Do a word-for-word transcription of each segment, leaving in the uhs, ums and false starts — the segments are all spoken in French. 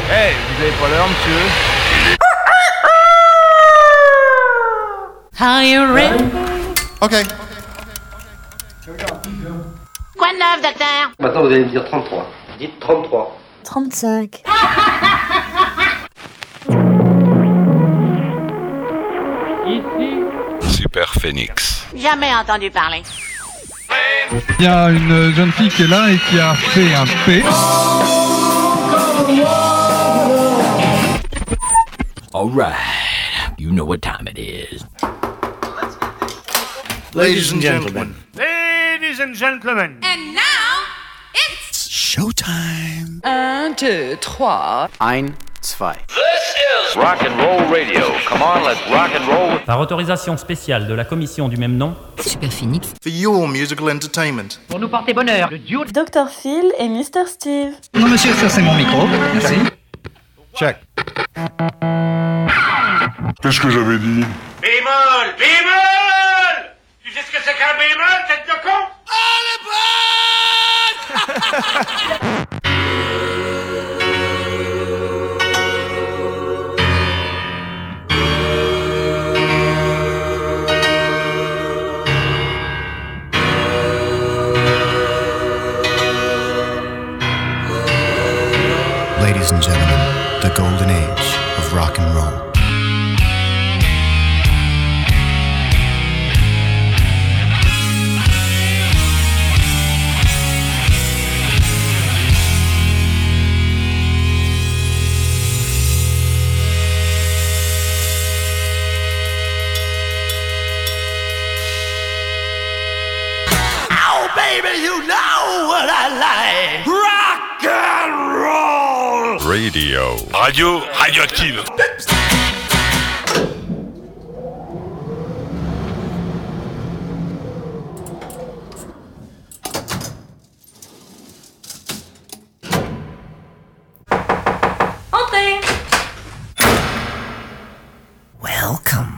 Hey, vous avez pas l'heure, monsieur? Are you ready? Ok. Quoi de neuf, docteur? Maintenant, vous allez me dire trente-trois. Dites trente-trois. trente-cinq. Super Phoenix. Jamais entendu parler. Il y a une jeune fille qui est là et qui a fait un P. All right, you know what time it is. Ladies and gentlemen. Ladies and gentlemen. And now, it's Showtime. Un, deux, trois. Ein, zwei. This is Rock and Roll Radio. Come on, let's rock and roll. Par autorisation spéciale de la commission du même nom, Super Phoenix. For your musical entertainment. Pour nous porter bonheur, le duo. docteur Phil et mister Steve. Non monsieur, ça c'est mon micro. Merci. Check. Qu'est-ce que j'avais dit? Bémol! Bémol! Tu sais ce que c'est qu'un bémol, tête de con? Ladies and gentlemen, the golden age of rock and roll. Oh, baby, you know what I like. Rock and roll. Radio. Radio radioactive. Entrez. Welcome.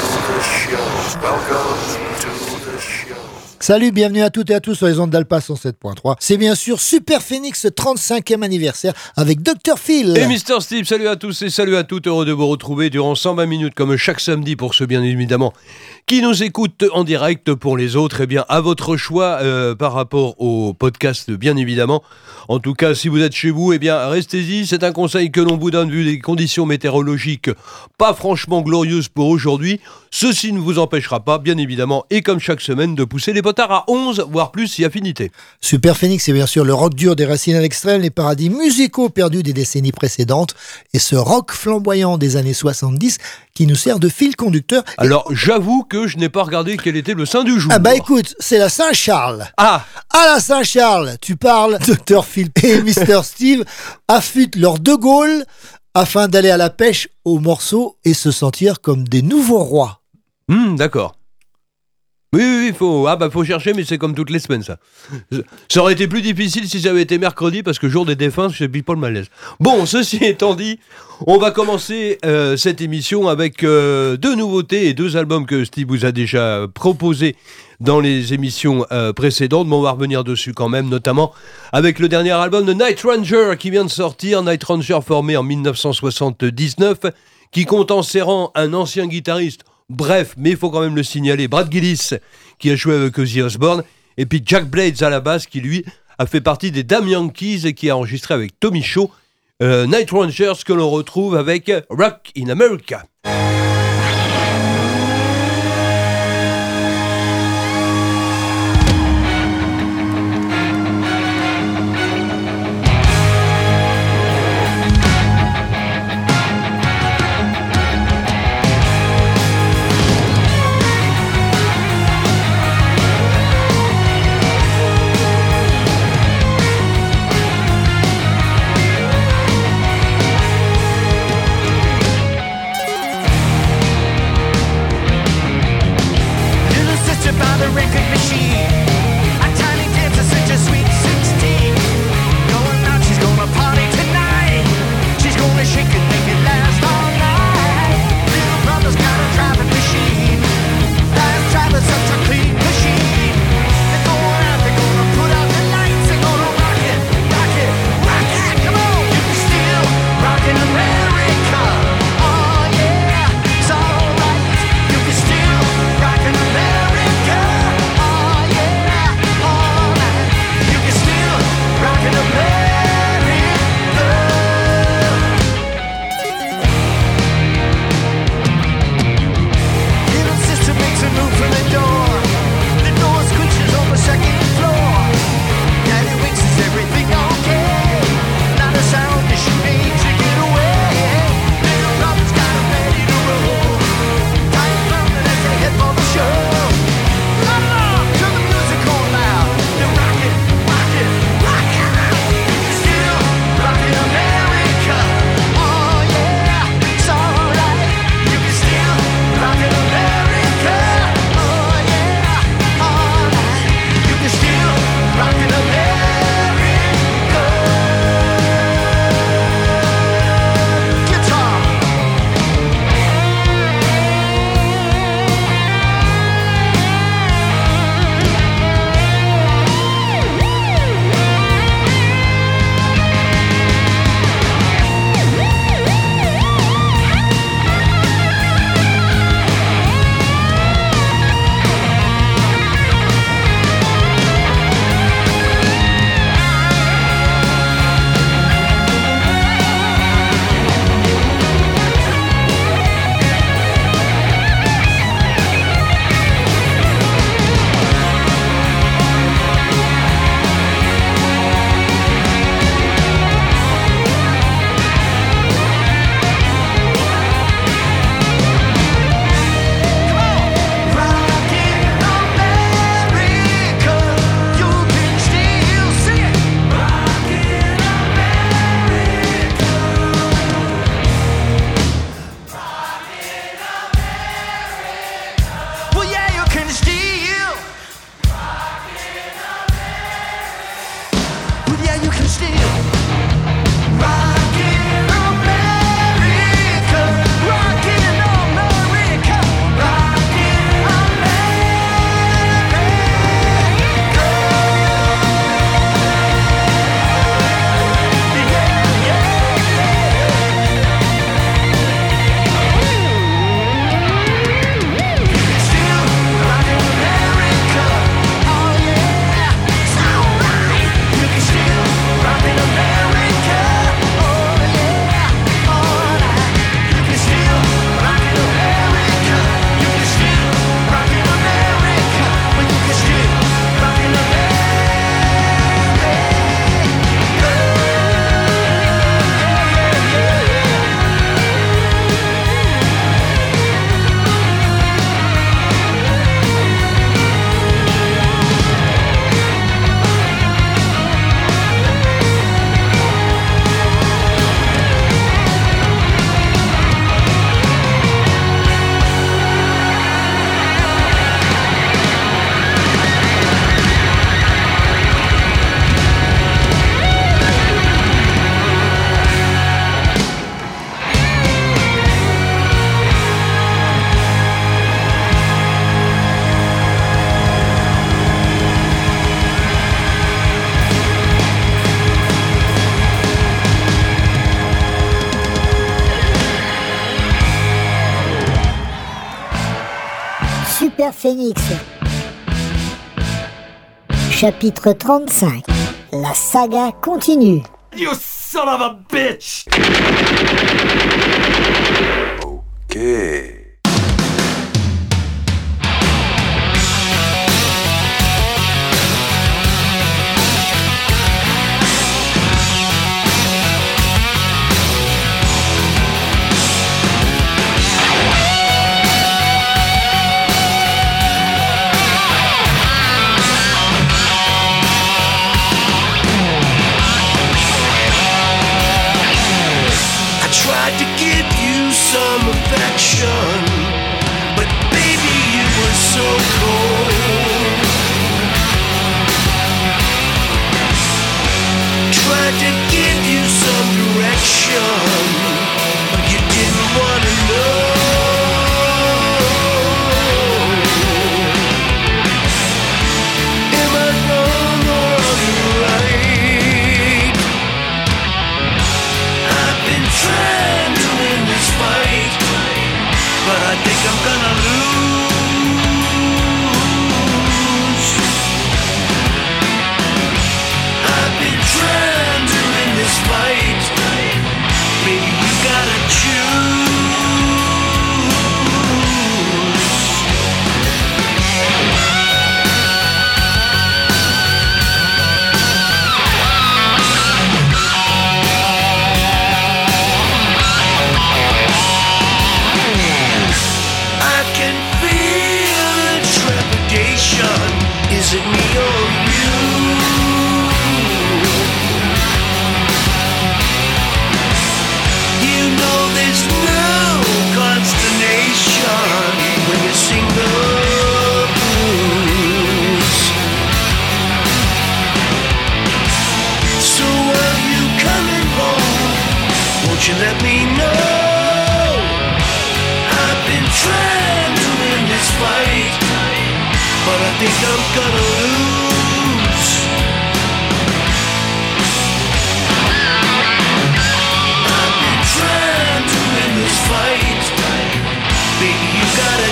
Salut, bienvenue à toutes et à tous sur les ondes d'Alpa cent sept point trois. C'est bien sûr Super Phoenix, trente-cinquième anniversaire avec docteur Phil. Et mister Steve, salut à tous et salut à toutes, heureux de vous retrouver durant cent vingt minutes comme chaque samedi pour ceux bien évidemment qui nous écoutent en direct. Pour les autres, eh bien à votre choix euh, par rapport au podcast bien évidemment. En tout cas, si vous êtes chez vous, eh bien restez-y, c'est un conseil que l'on vous donne vu les conditions météorologiques pas franchement glorieuses pour aujourd'hui. Ceci ne vous empêchera pas, bien évidemment, et comme chaque semaine, de pousser les potards à onze, voire plus si affinité. Super Phoenix, c'est bien sûr le rock dur des racines à l'extrême, les paradis musicaux perdus des décennies précédentes, et ce rock flamboyant des années soixante-dix qui nous sert de fil conducteur. Et... Alors, j'avoue que je n'ai pas regardé quel était le saint du jour. Ah bah écoute, c'est la Saint-Charles. Ah À la Saint-Charles, tu parles, docteur Phil et mister Steve affûtent leurs De Gaulle afin d'aller à la pêche aux morceaux et se sentir comme des nouveaux rois. Hum, d'accord. Oui, oui, oui, faut, ah bah faut chercher, mais c'est comme toutes les semaines, ça. Ça aurait été plus difficile si ça avait été mercredi, parce que jour des défunts, je ne pas le malaise. Bon, ceci étant dit, on va commencer euh, cette émission avec euh, deux nouveautés et deux albums que Steve vous a déjà proposés dans les émissions euh, précédentes, mais on va revenir dessus quand même, notamment avec le dernier album de Night Ranger qui vient de sortir. Night Ranger formé en dix-neuf cent soixante-dix-neuf, qui compte en ses rangs un ancien guitariste. Bref, mais il faut quand même le signaler, Brad Gillis, qui a joué avec Ozzy Osbourne, et puis Jack Blades à la basse, qui lui a fait partie des Damn Yankees et qui a enregistré avec Tommy Shaw euh, Night Rangers, que l'on retrouve avec Rock in America. Phoenix. Chapitre trente-cinq. La saga continue. You son of a bitch! Okay. Tried to give you some affection, but baby, you were so cold. Tried to give you some direction, but you didn't want to know. Am I wrong or are you right? I've been trying to win this fight, but I think I'm gonna lose. I've been trying to win this fight, baby, you gotta choose. I can feel the trepidation. Is it me or you? You know there's no consternation when you sing the blues. So are you coming home? Won't you let me know? I've been trying to win this fight, but I think I'm gonna lose. I've been trying to win this fight, baby, you gotta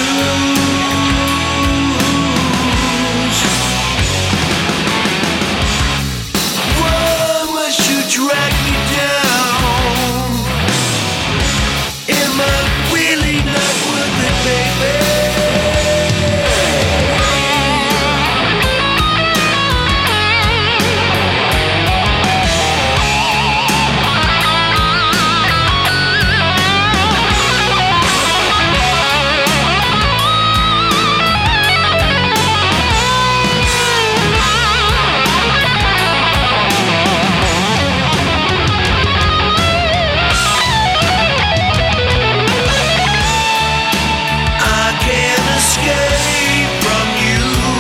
choose. Why must you drag me down? Am I really not worth it, baby? I can't escape from you.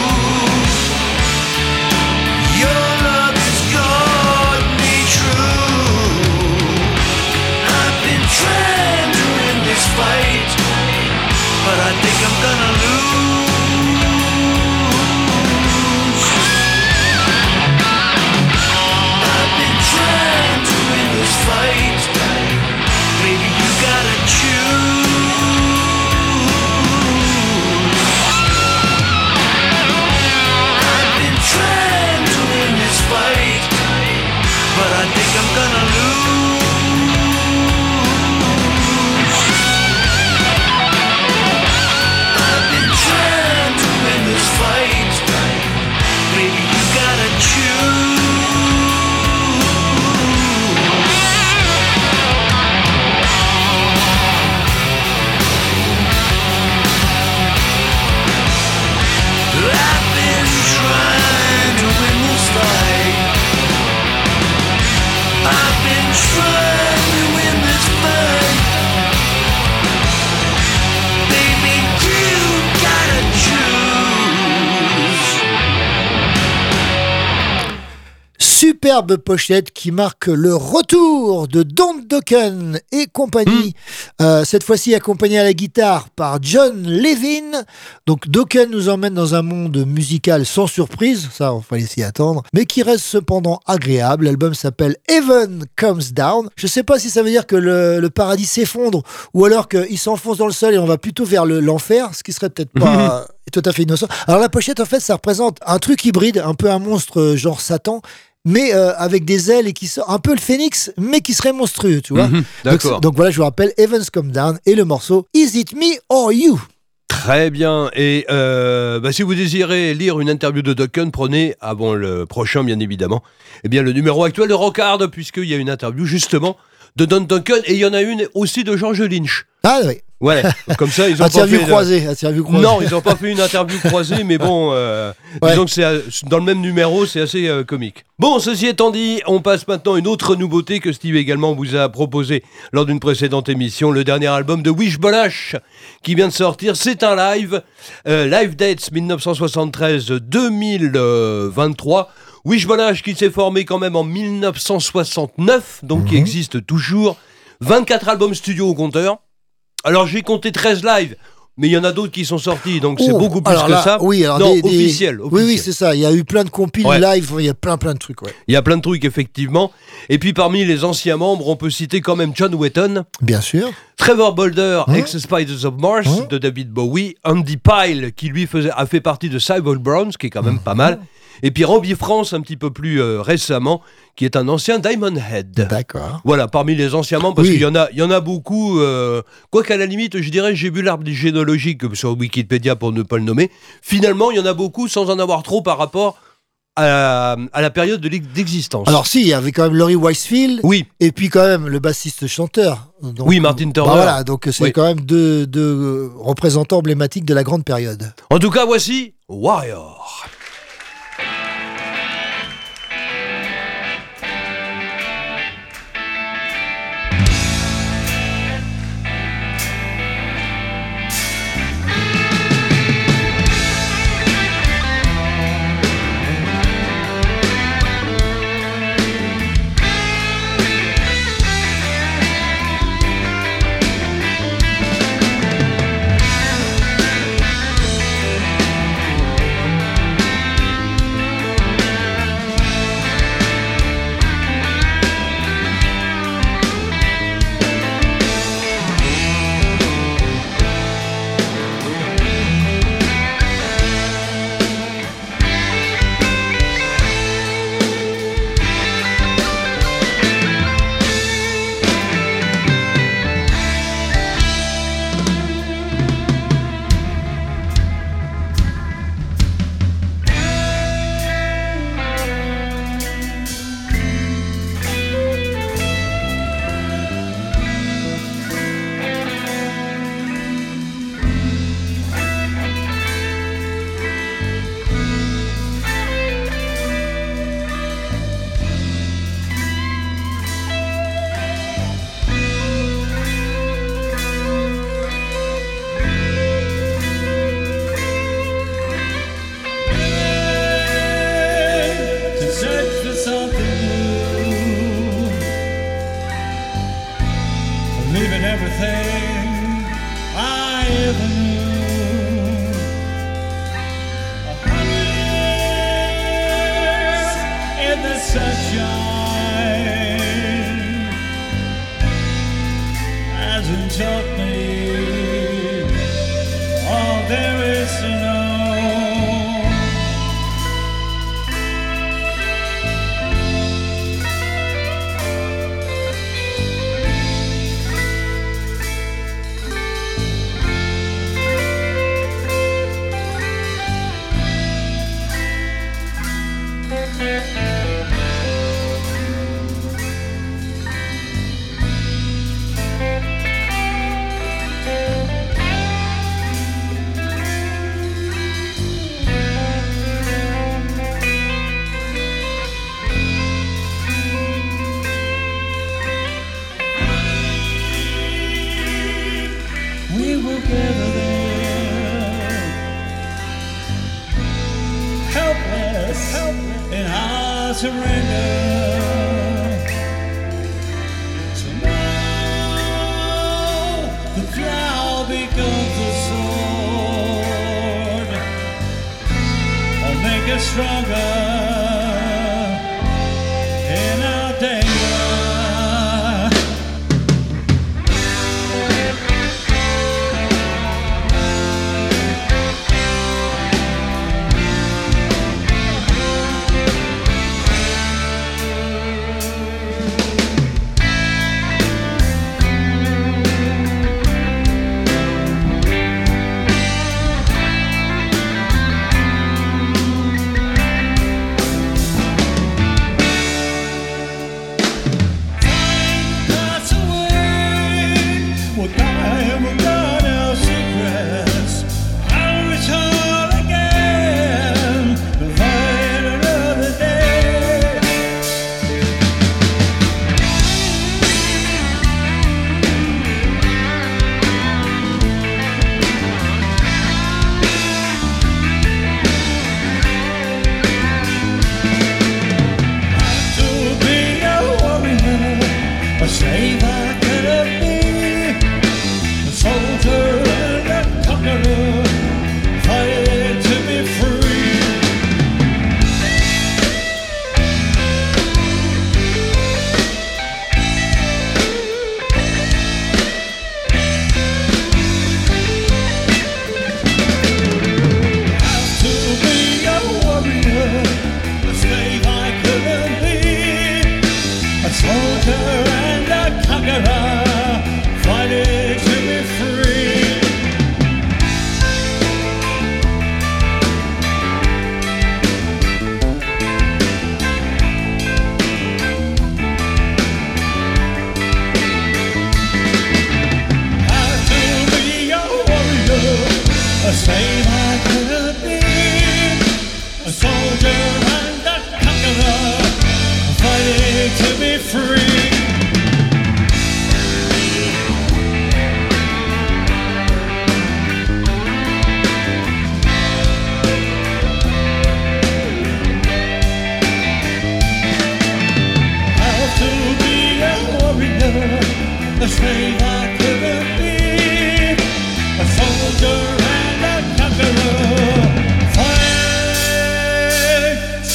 Your love has got me true. I've been trying to win this fight, but I think I'm gonna lose. I've been trying to win this fight, baby, you gotta choose. I've been trying to win this fight, but I think I'm gonna lose. I've been trying to win this fight, baby, you gotta choose. I've been trying to win this fight. I've been trying to win this fight. Baby, you gotta choose. Superbe pochette qui marque le retour de Don Dokken et compagnie. Mmh. Euh, cette fois-ci accompagné à la guitare par John Levin. Donc Dokken nous emmène dans un monde musical sans surprise, ça on fallait s'y attendre, mais qui reste cependant agréable. L'album s'appelle Heaven Comes Down. Je sais pas si ça veut dire que le, le paradis s'effondre ou alors qu'il s'enfonce dans le sol et on va plutôt vers le, l'enfer, ce qui serait peut-être pas... Mmh. est tout à fait innocent. Alors la pochette, en fait, ça représente un truc hybride, un peu un monstre euh, genre Satan, mais euh, avec des ailes et qui sort un peu le phénix, mais qui serait monstrueux, tu vois. Mmh, d'accord. Donc, donc voilà, je vous rappelle Heavens Come Down et le morceau Is It Me or You? Très bien. Et euh, bah, si vous désirez lire une interview de Dokken, prenez, avant le prochain bien évidemment, eh bien, le numéro actuel de Rock Hard, puisqu'il y a une interview justement de Don Dokken, et il y en a une aussi de George Lynch. Ah oui. Ouais, comme ça, ils ont interview pas fait... croisée, interview croisée. Non, ils n'ont pas fait une interview croisée, mais bon, euh, ouais. disons que c'est euh, dans le même numéro, c'est assez euh, comique. Bon, ceci étant dit, on passe maintenant à une autre nouveauté que Steve également vous a proposé lors d'une précédente émission, le dernier album de Wishbone Ash, qui vient de sortir. C'est un live, euh, Live Dates dix-neuf cent soixante-treize deux mille vingt-trois. Wishbone Ash qui s'est formé quand même en dix-neuf cent soixante-neuf, donc mm-hmm. qui existe toujours. vingt-quatre albums studio au compteur. Alors j'ai compté treize lives, mais il y en a d'autres qui sont sortis, donc c'est oh, beaucoup plus que là, ça. Oui, alors non, des, des... officiel, officiel. Oui, oui, c'est ça. Il y a eu plein de compiles ouais. live, il y a plein, plein de trucs. Ouais. Il y a plein de trucs, effectivement. Et puis parmi les anciens membres, on peut citer quand même John Wetton. Bien sûr. Trevor Bolder, mmh. ex-Spiders of Mars, mmh. de David Bowie. Andy Pyle, qui lui faisait, a fait partie de Cyborg Browns, qui est quand même mmh. pas mal. Et puis Robbie France, un petit peu plus euh, récemment, qui est un ancien Diamond Head. D'accord. Voilà, parmi les anciens membres, parce oui. qu'il y en a, il y en a beaucoup. Euh, quoi qu'à la limite, je dirais, j'ai vu l'arbre généalogique sur Wikipédia pour ne pas le nommer. Finalement, il y en a beaucoup sans en avoir trop par rapport à, à la période de d'existence. Alors si, il y avait quand même Laurie Wisefield. Oui. Et puis quand même le bassiste-chanteur. Donc, oui, Martin Turner. Bah voilà, donc c'est oui. quand même deux, deux représentants emblématiques de la grande période. En tout cas, voici Warrior.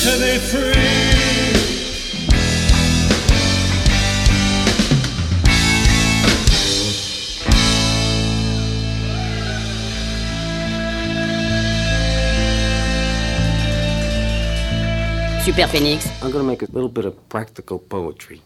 to be free. Super Phoenix. I'm gonna make a little bit of practical poetry.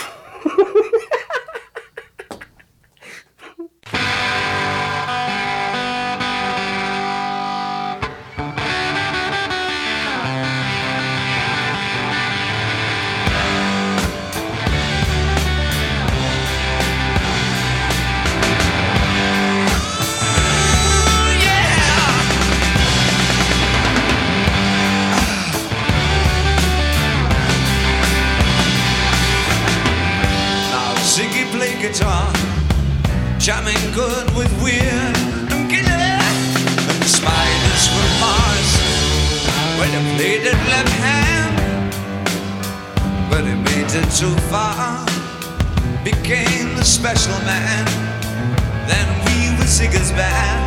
Guitar, jamming good with weird and killer. And the spiders from Mars, when he played it left hand, but he made it too far, became the special man. Then we were Ziggy's band.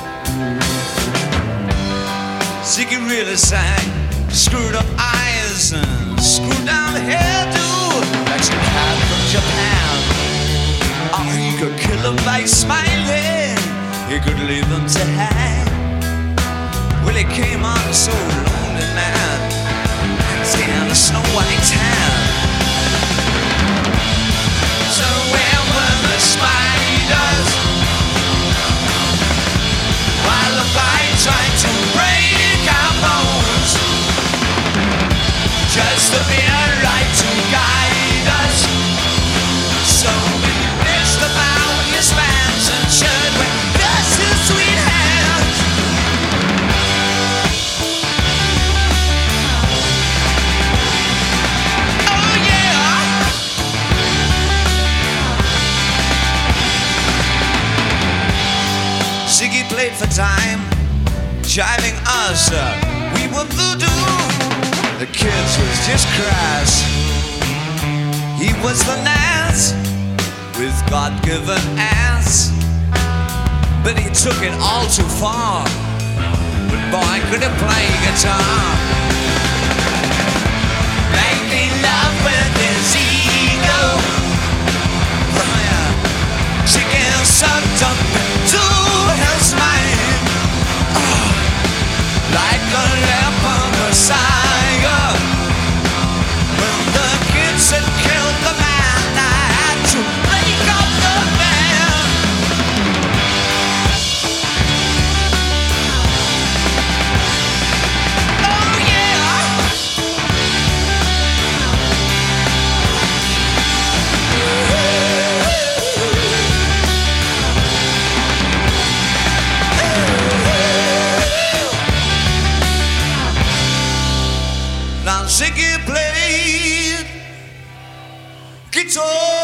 Ziggy really sang, screwed up eyes and screwed down the hairdo, like some cat from Japan. Oh, he could kill them by smiling, he could leave them to hang. Well, he came on so lonely, man, stand a snow white tan. So where were the spiders while the fight tried to break our bones? Just to be right to guide us. So about his pants and shirt with just his sweet hands. Oh yeah. Ziggy played for time, jiving us up. We were voodoo. The kids was just crass. He was the Nas with God-given ass, but he took it all too far. But boy, could he play guitar. Making love with his ego. Oh yeah, she gets sucked up into his mind. Oh, like a leper messiah. When the kids had killed the man, I had to break up the band. Oh yeah. Now Ziggy played guitar.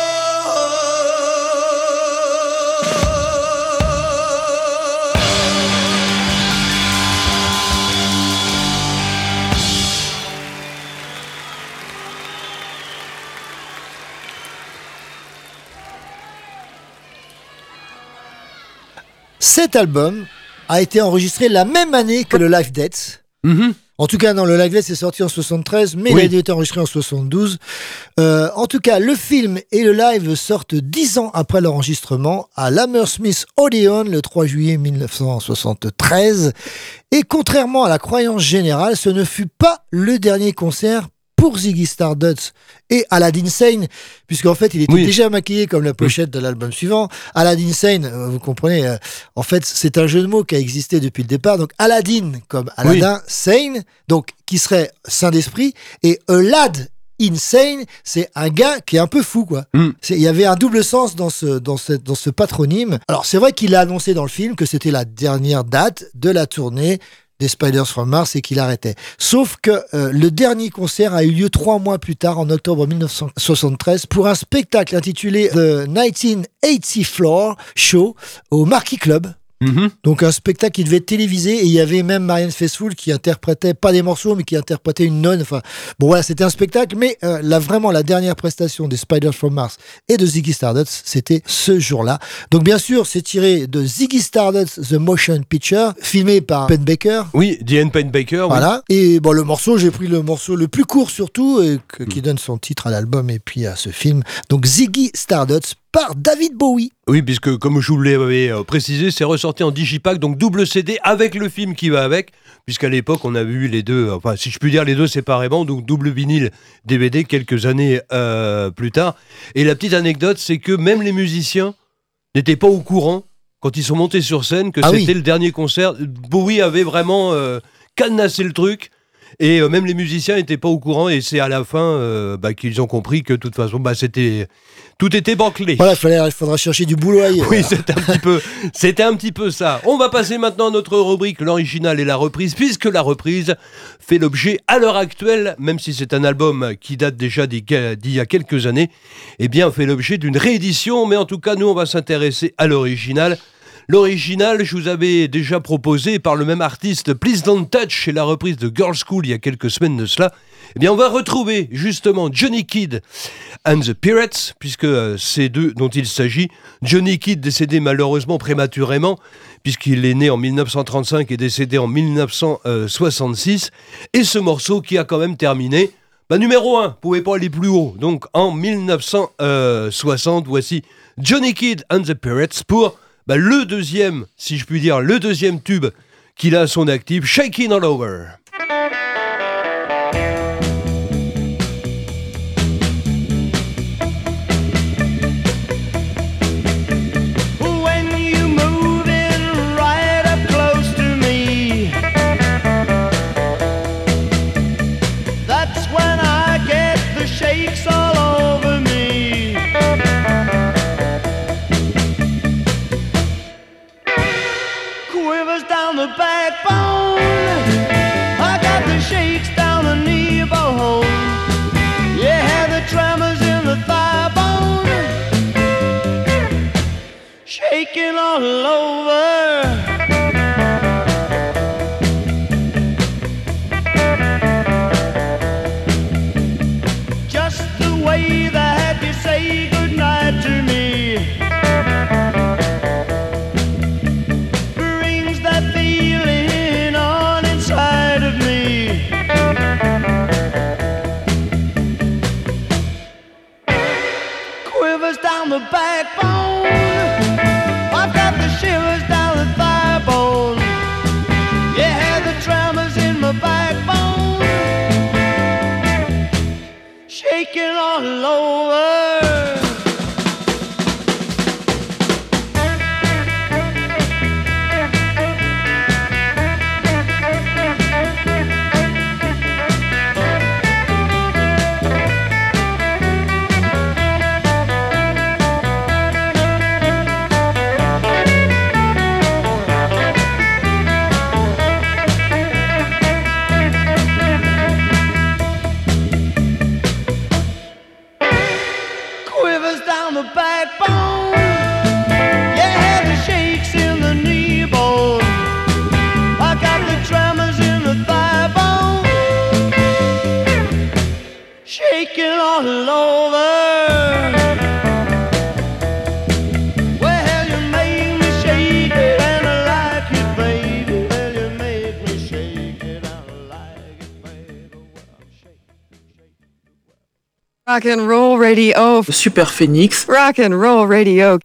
Cet album a été enregistré la même année que le Live Dates. Mm-hmm. En tout cas, non, le Live Dates est sorti en soixante-treize, mais Oui. il a été enregistré en soixante-douze. Euh, en tout cas, le film et le live sortent dix ans après l'enregistrement à l'Hammersmith Odeon le trois juillet mille neuf cent soixante-treize. Et contrairement à la croyance générale, ce ne fut pas le dernier concert pour Ziggy Stardust et Aladdin Sane, puisqu'en fait il était Oui. déjà maquillé comme la pochette de l'album suivant. Aladdin Sane, euh, vous comprenez, euh, en fait c'est un jeu de mots qui a existé depuis le départ. Donc Aladdin comme Aladdin, Sane, donc qui serait saint d'esprit, et Alad Insane, c'est un gars qui est un peu fou, quoi. Mm. C'est- Il y avait un double sens dans ce, dans ce, dans ce patronyme. Alors c'est vrai qu'il a annoncé dans le film que c'était la dernière date de la tournée des Spiders from Mars et qu'il arrêtait. Sauf que euh, le dernier concert a eu lieu trois mois plus tard, en octobre mille neuf cent soixante-treize, pour un spectacle intitulé The dix-huit Floor Show au Marquis Club. Mm-hmm. Donc un spectacle qui devait être télévisé, et il y avait même Marianne Faithfull qui interprétait pas des morceaux mais qui interprétait une nonne. Enfin bon voilà, c'était un spectacle, mais euh, là vraiment la dernière prestation des Spiders from Mars et de Ziggy Stardust, c'était ce jour-là. Donc bien sûr c'est tiré de Ziggy Stardust The Motion Picture, filmé par Penn Baker. Oui, Diane Penn Baker. Voilà. Oui. Et bon, le morceau, j'ai pris le morceau le plus court surtout, et que, mm. qui donne son titre à l'album et puis à ce film. Donc Ziggy Stardust par David Bowie. Oui, puisque comme je vous l'avais précisé, c'est ressorti en digipack, donc double C D avec le film qui va avec, puisqu'à l'époque on a vu les deux, enfin si je puis dire les deux séparément, donc double vinyle D V D quelques années euh, plus tard. Et la petite anecdote, c'est que même les musiciens n'étaient pas au courant quand ils sont montés sur scène que ah c'était oui. le dernier concert. Bowie avait vraiment euh, cadenassé le truc. Et euh, même les musiciens n'étaient pas au courant, et c'est à la fin euh, bah, qu'ils ont compris que de toute façon, bah, c'était, tout était bâclé. Voilà, il, fallait, il faudra chercher du boulot ailleurs. Oui, c'était un, petit peu, c'était un petit peu ça. On va passer maintenant à notre rubrique, l'original et la reprise, puisque la reprise fait l'objet, à l'heure actuelle, même si c'est un album qui date déjà d'il y a quelques années, eh bien, fait l'objet d'une réédition, mais en tout cas, nous, on va s'intéresser à l'original. L'original, je vous avais déjà proposé par le même artiste, Please Don't Touch, et la reprise de Girls School il y a quelques semaines de cela. Eh bien, on va retrouver justement Johnny Kidd and the Pirates, puisque euh, c'est d'eux dont il s'agit. Johnny Kidd décédé malheureusement prématurément, puisqu'il est né en dix-neuf cent trente-cinq et décédé en dix-neuf cent soixante-six. Et ce morceau qui a quand même terminé, bah, numéro un, pouvait pas aller plus haut. Donc en dix-neuf cent soixante, voici Johnny Kidd and the Pirates pour... Bah, le deuxième, si je puis dire, le deuxième tube qu'il a à son actif, Shakin' All Over. When you move in right up close to me, that's when I get the shakes all over me. Down the backbone, I got the shakes down the knee bone. Yeah, the tremors in the thigh bone, shaking all over. Just the way that you say goodnight to me down the backbone, I've got the shivers down the thigh bone. Yeah, the tremors in my backbone, shaking all over. All over. Well, you make me shake it and I like it, baby. Well, you make me shake it and I like it, baby. Well, shake it, shake it. Rock and roll radio. Super Phoenix. Rock and roll radio.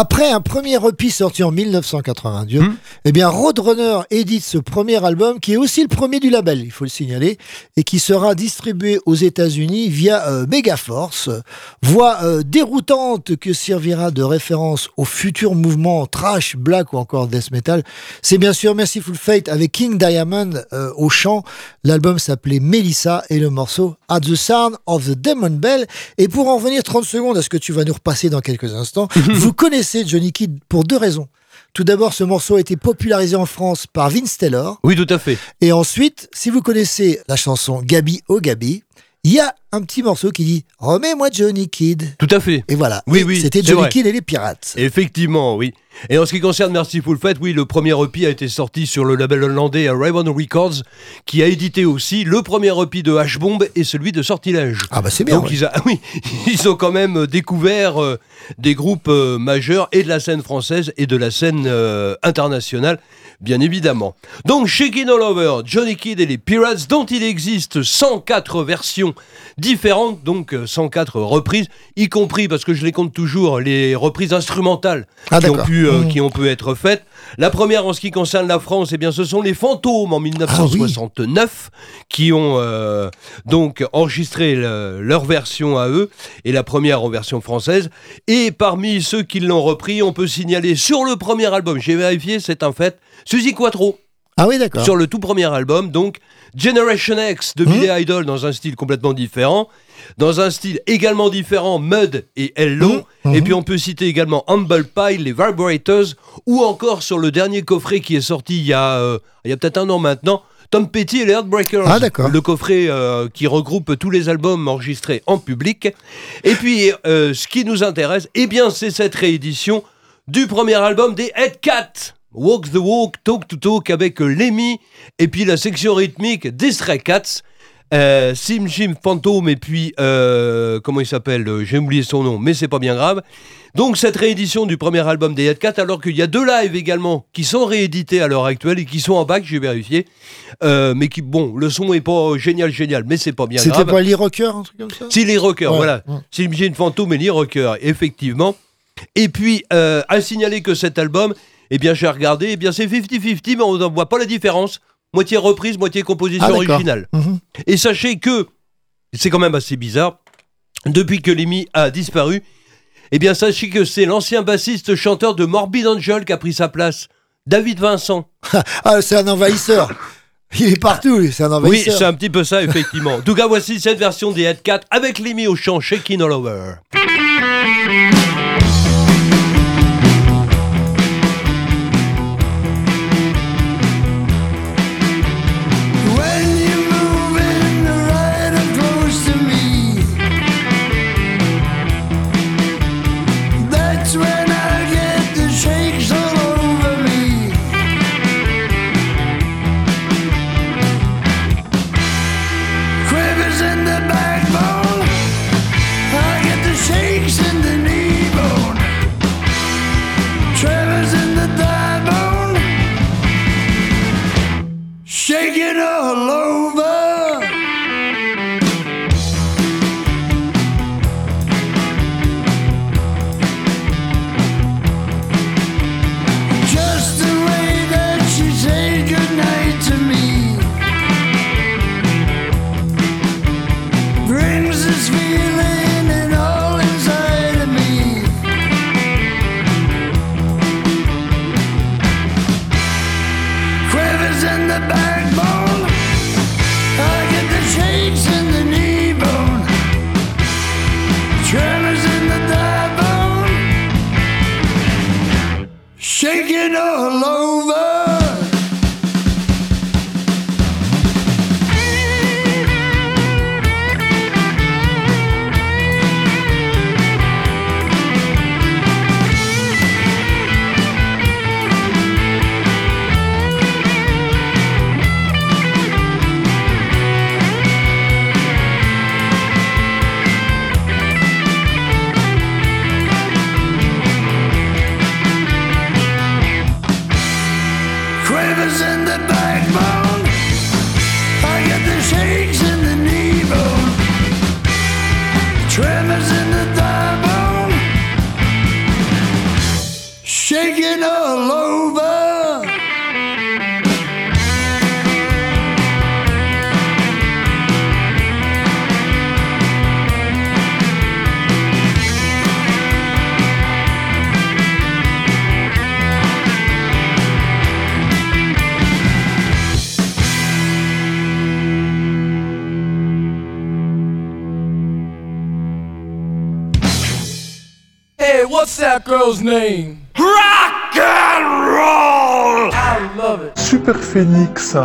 Après un premier E P sorti en dix-neuf cent quatre-vingt-deux, mmh. eh bien Roadrunner édite ce premier album qui est aussi le premier du label, il faut le signaler, et qui sera distribué aux États-Unis via euh, Megaforce, voix euh, déroutante que servira de référence au futur mouvement thrash, black ou encore death metal. C'est bien sûr Merciful Fate avec King Diamond euh, au chant. L'album s'appelait Melissa et le morceau At the Sound of the Demon Bell. Et pour en revenir trente secondes à ce que tu vas nous repasser dans quelques instants, vous connaissez Johnny Kidd pour deux raisons. Tout d'abord, ce morceau a été popularisé en France par Vince Taylor. Oui, tout à fait. Et ensuite, si vous connaissez la chanson Gabi oh Gabi, il y a un petit morceau qui dit « Remets-moi Johnny Kidd ». Tout à fait. Et voilà, oui, et oui, c'était Johnny Kidd et les Pirates. Effectivement, oui. Et en ce qui concerne Merciful Fate, oui, le premier E P a été sorti sur le label hollandais Raven Records, qui a édité aussi le premier E P de H-Bomb et celui de Sortilège. Ah bah c'est bien. Donc ouais. ils, a, oui, ils ont quand même découvert euh, des groupes euh, majeurs et de la scène française et de la scène euh, internationale, bien évidemment. Donc Shakin' All Over, Johnny Kidd et les Pirates, dont il existe cent quatre versions différentes, donc cent quatre reprises, y compris, parce que je les compte toujours, les reprises instrumentales ah, qui, ont pu, euh, mmh. qui ont pu être faites. La première, en ce qui concerne la France, eh bien, ce sont les Fantômes en dix-neuf cent soixante-neuf ah, oui. qui ont euh, donc enregistré le, leur version à eux, et la première en version française. Et parmi ceux qui l'ont repris, on peut signaler sur le premier album, j'ai vérifié, c'est un fait, Suzy Quatro. Ah oui, d'accord. Sur le tout premier album, donc Generation X de Billy mmh. Idol dans un style complètement différent, dans un style également différent, Mud et Hello, mmh. et puis on peut citer également Humble Pie, les Vibrators, ou encore sur le dernier coffret qui est sorti il y a, euh, il y a peut-être un an maintenant, Tom Petty et les Heartbreakers, ah, d'accord. le coffret euh, qui regroupe tous les albums enregistrés en public. Et puis, euh, ce qui nous intéresse, eh bien, c'est cette réédition du premier album des Headcats. Walk the Walk, Talk to Talk avec Lemmy, et puis la section rythmique des Stray Cats, euh, Sim Jim Phantom, et puis, euh, comment il s'appelle, j'ai oublié son nom, mais c'est pas bien grave. Donc cette réédition du premier album des Headcats, alors qu'il y a deux lives également qui sont réédités à l'heure actuelle et qui sont en bac, j'ai vérifié, euh, mais qui, bon, le son est pas génial, génial, mais c'est pas bien C'était grave. C'était pas Lee Rocker, un truc comme ça? Si, Lee Rocker, ouais, voilà. Ouais. Sim Jim Phantom et Lee Rocker, effectivement. Et puis, euh, à signaler que cet album, eh bien, j'ai regardé, eh bien, c'est cinquante cinquante, mais on n'en voit pas la différence. Moitié reprise, moitié composition ah, originale. Mmh. Et sachez que, c'est quand même assez bizarre, depuis que Lemmy a disparu, eh bien, sachez que c'est l'ancien bassiste chanteur de Morbid Angel qui a pris sa place, David Vincent. Ah, c'est un envahisseur. Il est partout, lui, c'est un envahisseur. Oui, c'est un petit peu ça, effectivement. En tout cas, voici cette version des Headcats avec Lemmy au chant, Shakin' All Over. Shaking all over. Just the way that she said goodnight to me brings this feeling and all inside of me. Quivers in the backbone, I get the shakes in the knee bone, tremors in the thigh bone, shaking all over. Quivers in the backbone, I get the shakes in the knee bone, tremors in the thigh bone, taking all over. Hey, what's that girl's name? Rock and roll! I love it. Super Phoenix.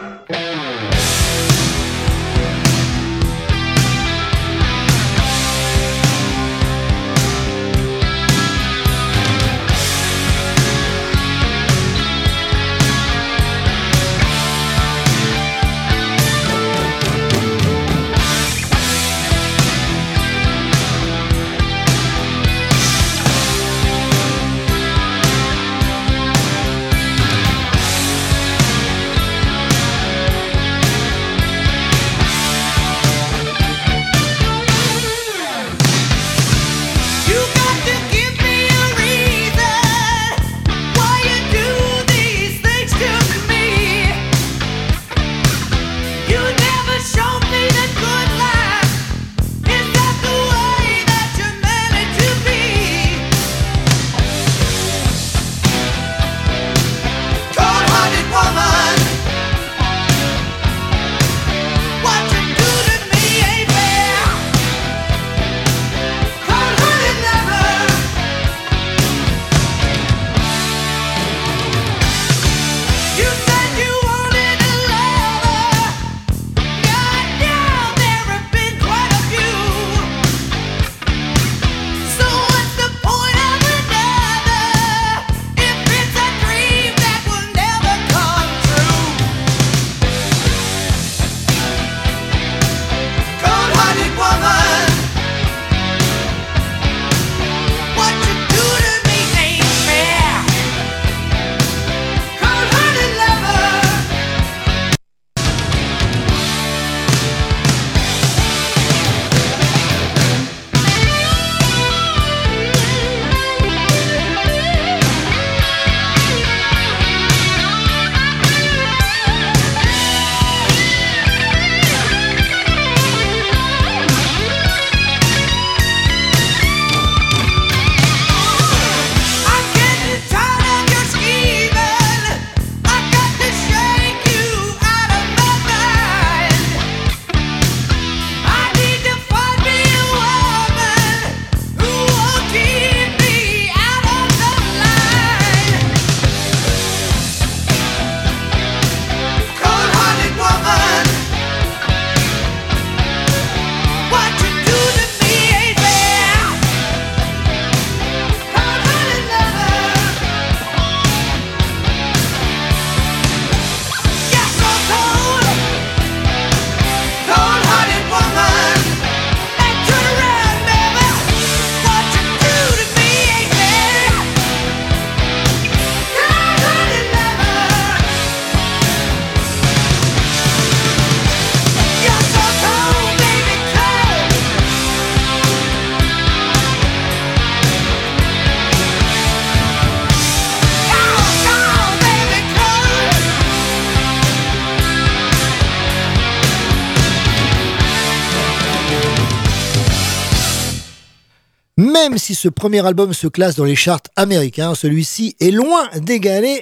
Même si ce premier album se classe dans les charts américains, celui-ci est loin d'égaler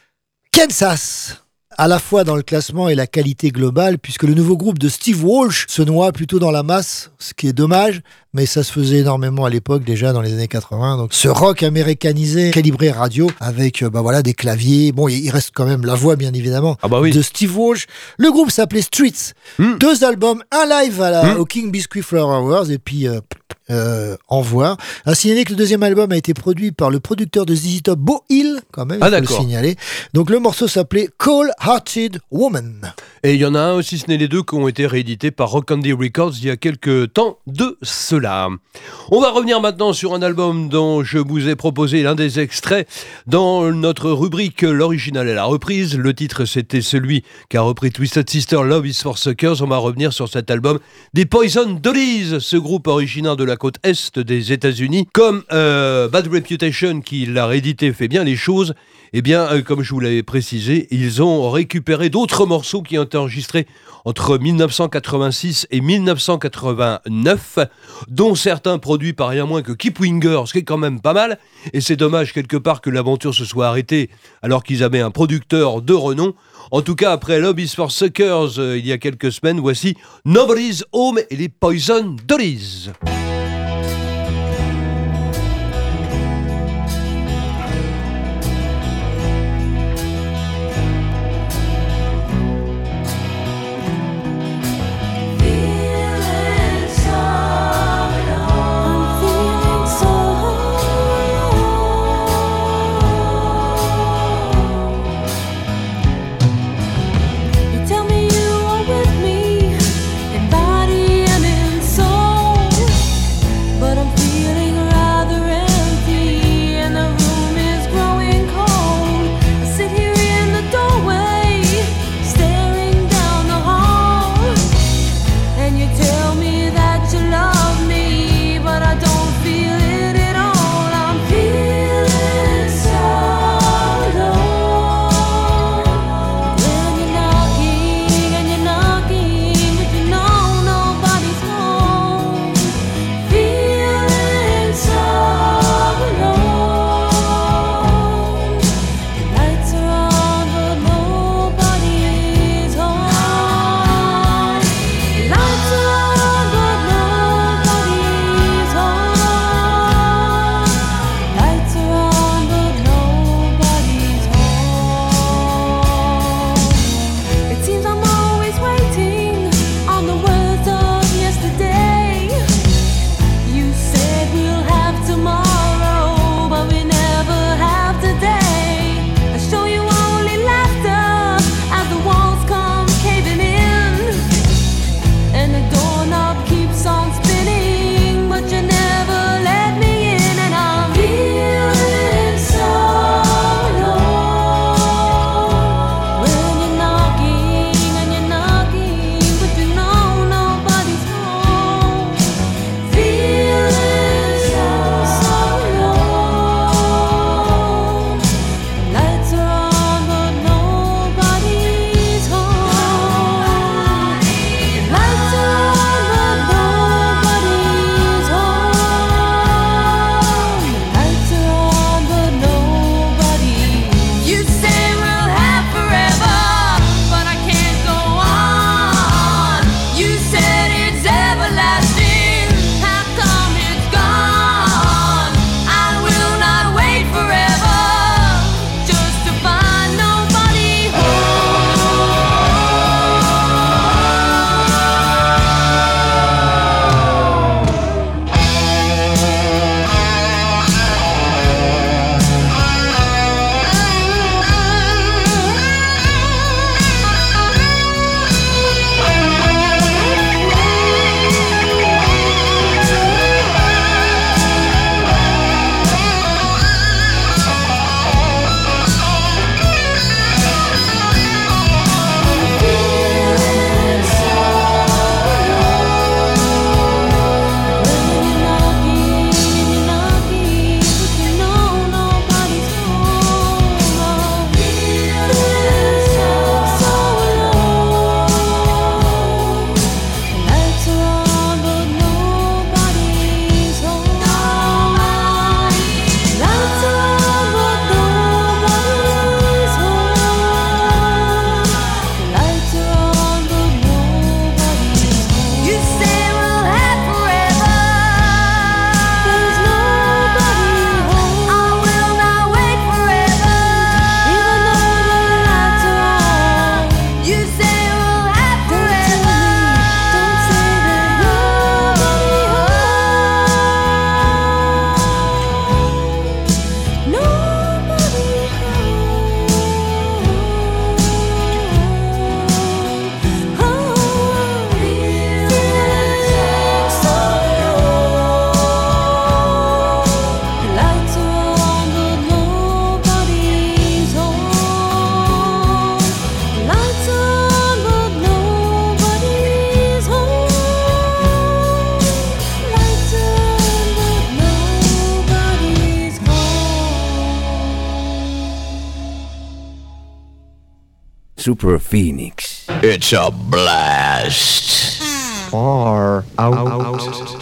Kansas, à la fois dans le classement et la qualité globale, puisque le nouveau groupe de Steve Walsh se noie plutôt dans la masse, ce qui est dommage, mais ça se faisait énormément à l'époque, déjà dans les années quatre-vingts. Donc ce rock américanisé, calibré radio, avec bah voilà, des claviers. Bon, il reste quand même la voix, bien évidemment, ah bah oui. de Steve Walsh. Le groupe s'appelait Streets. Mm. Deux albums, un live à la, mm. au King Biscuit Flower Awards, et puis... Euh, Euh, en voir. À signaler que le deuxième album a été produit par le producteur de Z Z Top, Beau Hill, quand même, il ah, faut le signaler. Donc le morceau s'appelait Cold Hearted Woman. Et il y en a un aussi, ce n'est les deux, qui ont été réédités par Rock Candy Records il y a quelques temps de cela. On va revenir maintenant sur un album dont je vous ai proposé l'un des extraits dans notre rubrique L'original et la reprise. Le titre, c'était celui qu'a repris Twisted Sister, Love is for Suckers. On va revenir sur cet album des Poison Dollies, ce groupe originaire de la la côte est des États-Unis. Comme euh, Bad Reputation, qui l'a réédité, fait bien les choses, eh bien, euh, comme je vous l'avais précisé, ils ont récupéré d'autres morceaux qui ont été enregistrés entre dix-neuf cent quatre-vingt-six et dix-neuf cent quatre-vingt-neuf, dont certains produits par rien moins que Keep Winger, ce qui est quand même pas mal, et c'est dommage quelque part que l'aventure se soit arrêtée alors qu'ils avaient un producteur de renom. En tout cas, après Love is for Suckers, euh, il y a quelques semaines, voici Nobody's Home et les Poison Dollies. Tell me you are with me in body and in soul. Super Phoenix. It's a blast. Far out. out.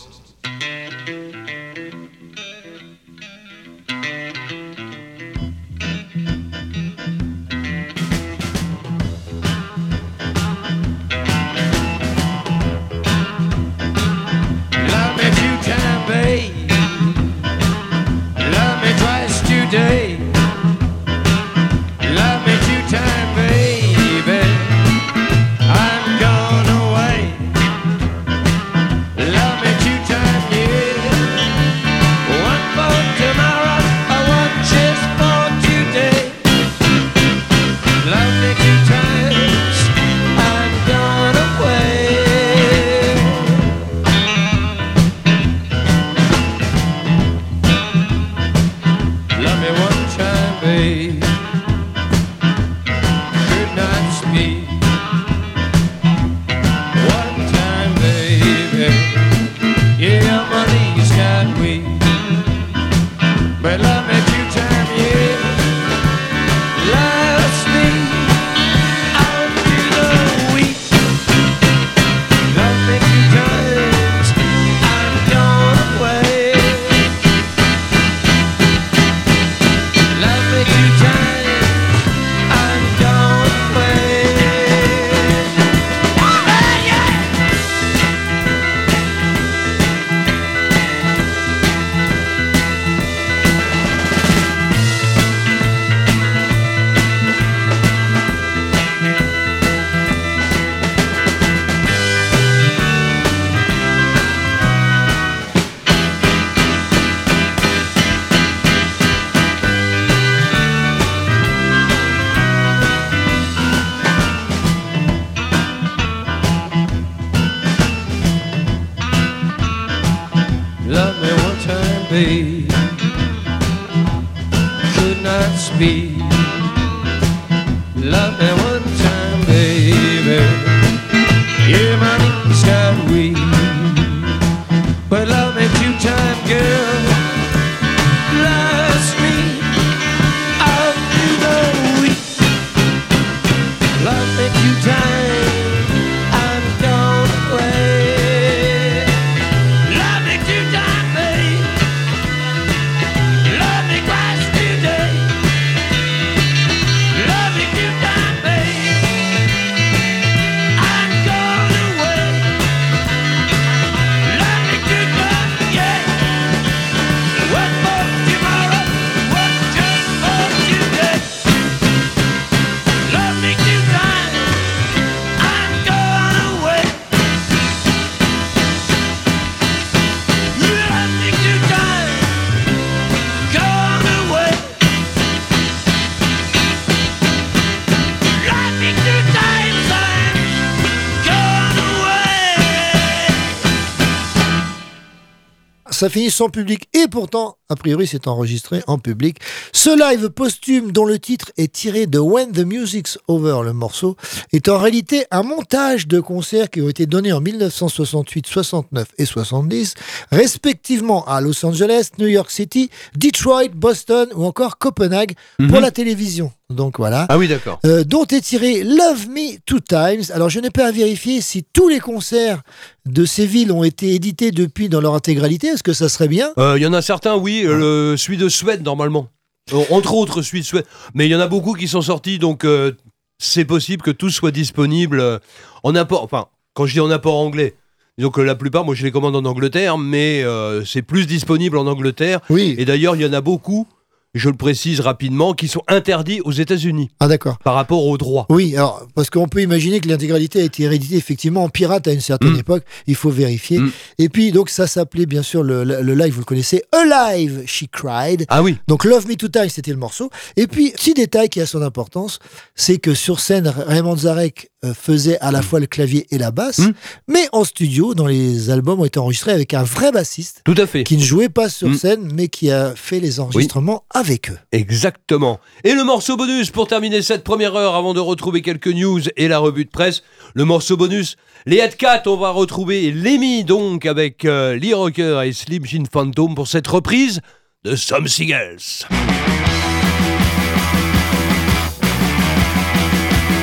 Ça finit sans public et pourtant, a priori, c'est enregistré en public. Ce live posthume dont le titre est tiré de When the Music's Over, le morceau, est en réalité un montage de concerts qui ont été donnés en dix-neuf cent soixante-huit, soixante-neuf et soixante-dix, respectivement à Los Angeles, New York City, Detroit, Boston ou encore Copenhague mm-hmm. pour la télévision. Donc voilà. Ah oui, d'accord. Euh, dont est tiré Love Me Two Times. Alors je n'ai pas à vérifier si tous les concerts de ces villes ont été édités depuis dans leur intégralité. Est-ce que ça serait bien ? Il euh, y en a certains, oui. Euh, le, celui de Suède, normalement. Euh, entre autres, celui de Suède. Mais il y en a beaucoup qui sont sortis, donc euh, c'est possible que tout soit disponible euh, en import. Enfin, quand je dis en import anglais. Donc la plupart, moi je les commande en Angleterre, mais euh, c'est plus disponible en Angleterre. Oui. Et d'ailleurs, il y en a beaucoup. Je le précise rapidement, qui sont interdits aux États-Unis. Ah d'accord. Par rapport aux droits. Oui, alors parce qu'on peut imaginer que l'intégralité a été héréditée effectivement en pirate à une certaine mmh. époque. Il faut vérifier. Mmh. Et puis donc ça s'appelait bien sûr le, le, le live, vous le connaissez, Alive, She Cried. Ah oui. Donc Love Me Two Times, c'était le morceau. Et puis petit détail qui a son importance, c'est que sur scène, Raymond Zarek euh, faisait à la fois le clavier et la basse, mmh. mais en studio, dans les albums, ont été enregistrés avec un vrai bassiste. Tout à fait. Qui ne jouait pas sur mmh. scène, mais qui a fait les enregistrements oui. avec eux. Exactement. Et le morceau bonus pour terminer cette première heure avant de retrouver quelques news et la revue de presse. Le morceau bonus, les Headcat, on va retrouver Lemmy donc avec euh, Lee Rocker et Slim Jim Phantom pour cette reprise de Something Else.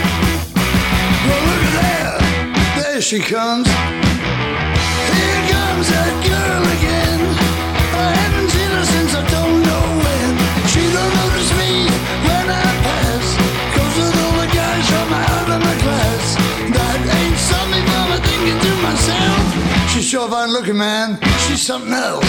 she comes. Here comes that girl again. I haven't seen her since I don't know when. She don't notice me when I pass. Goes with all the guys from my out of my class. That ain't something from a thinking to myself. She's sure fine looking, man. She's something else.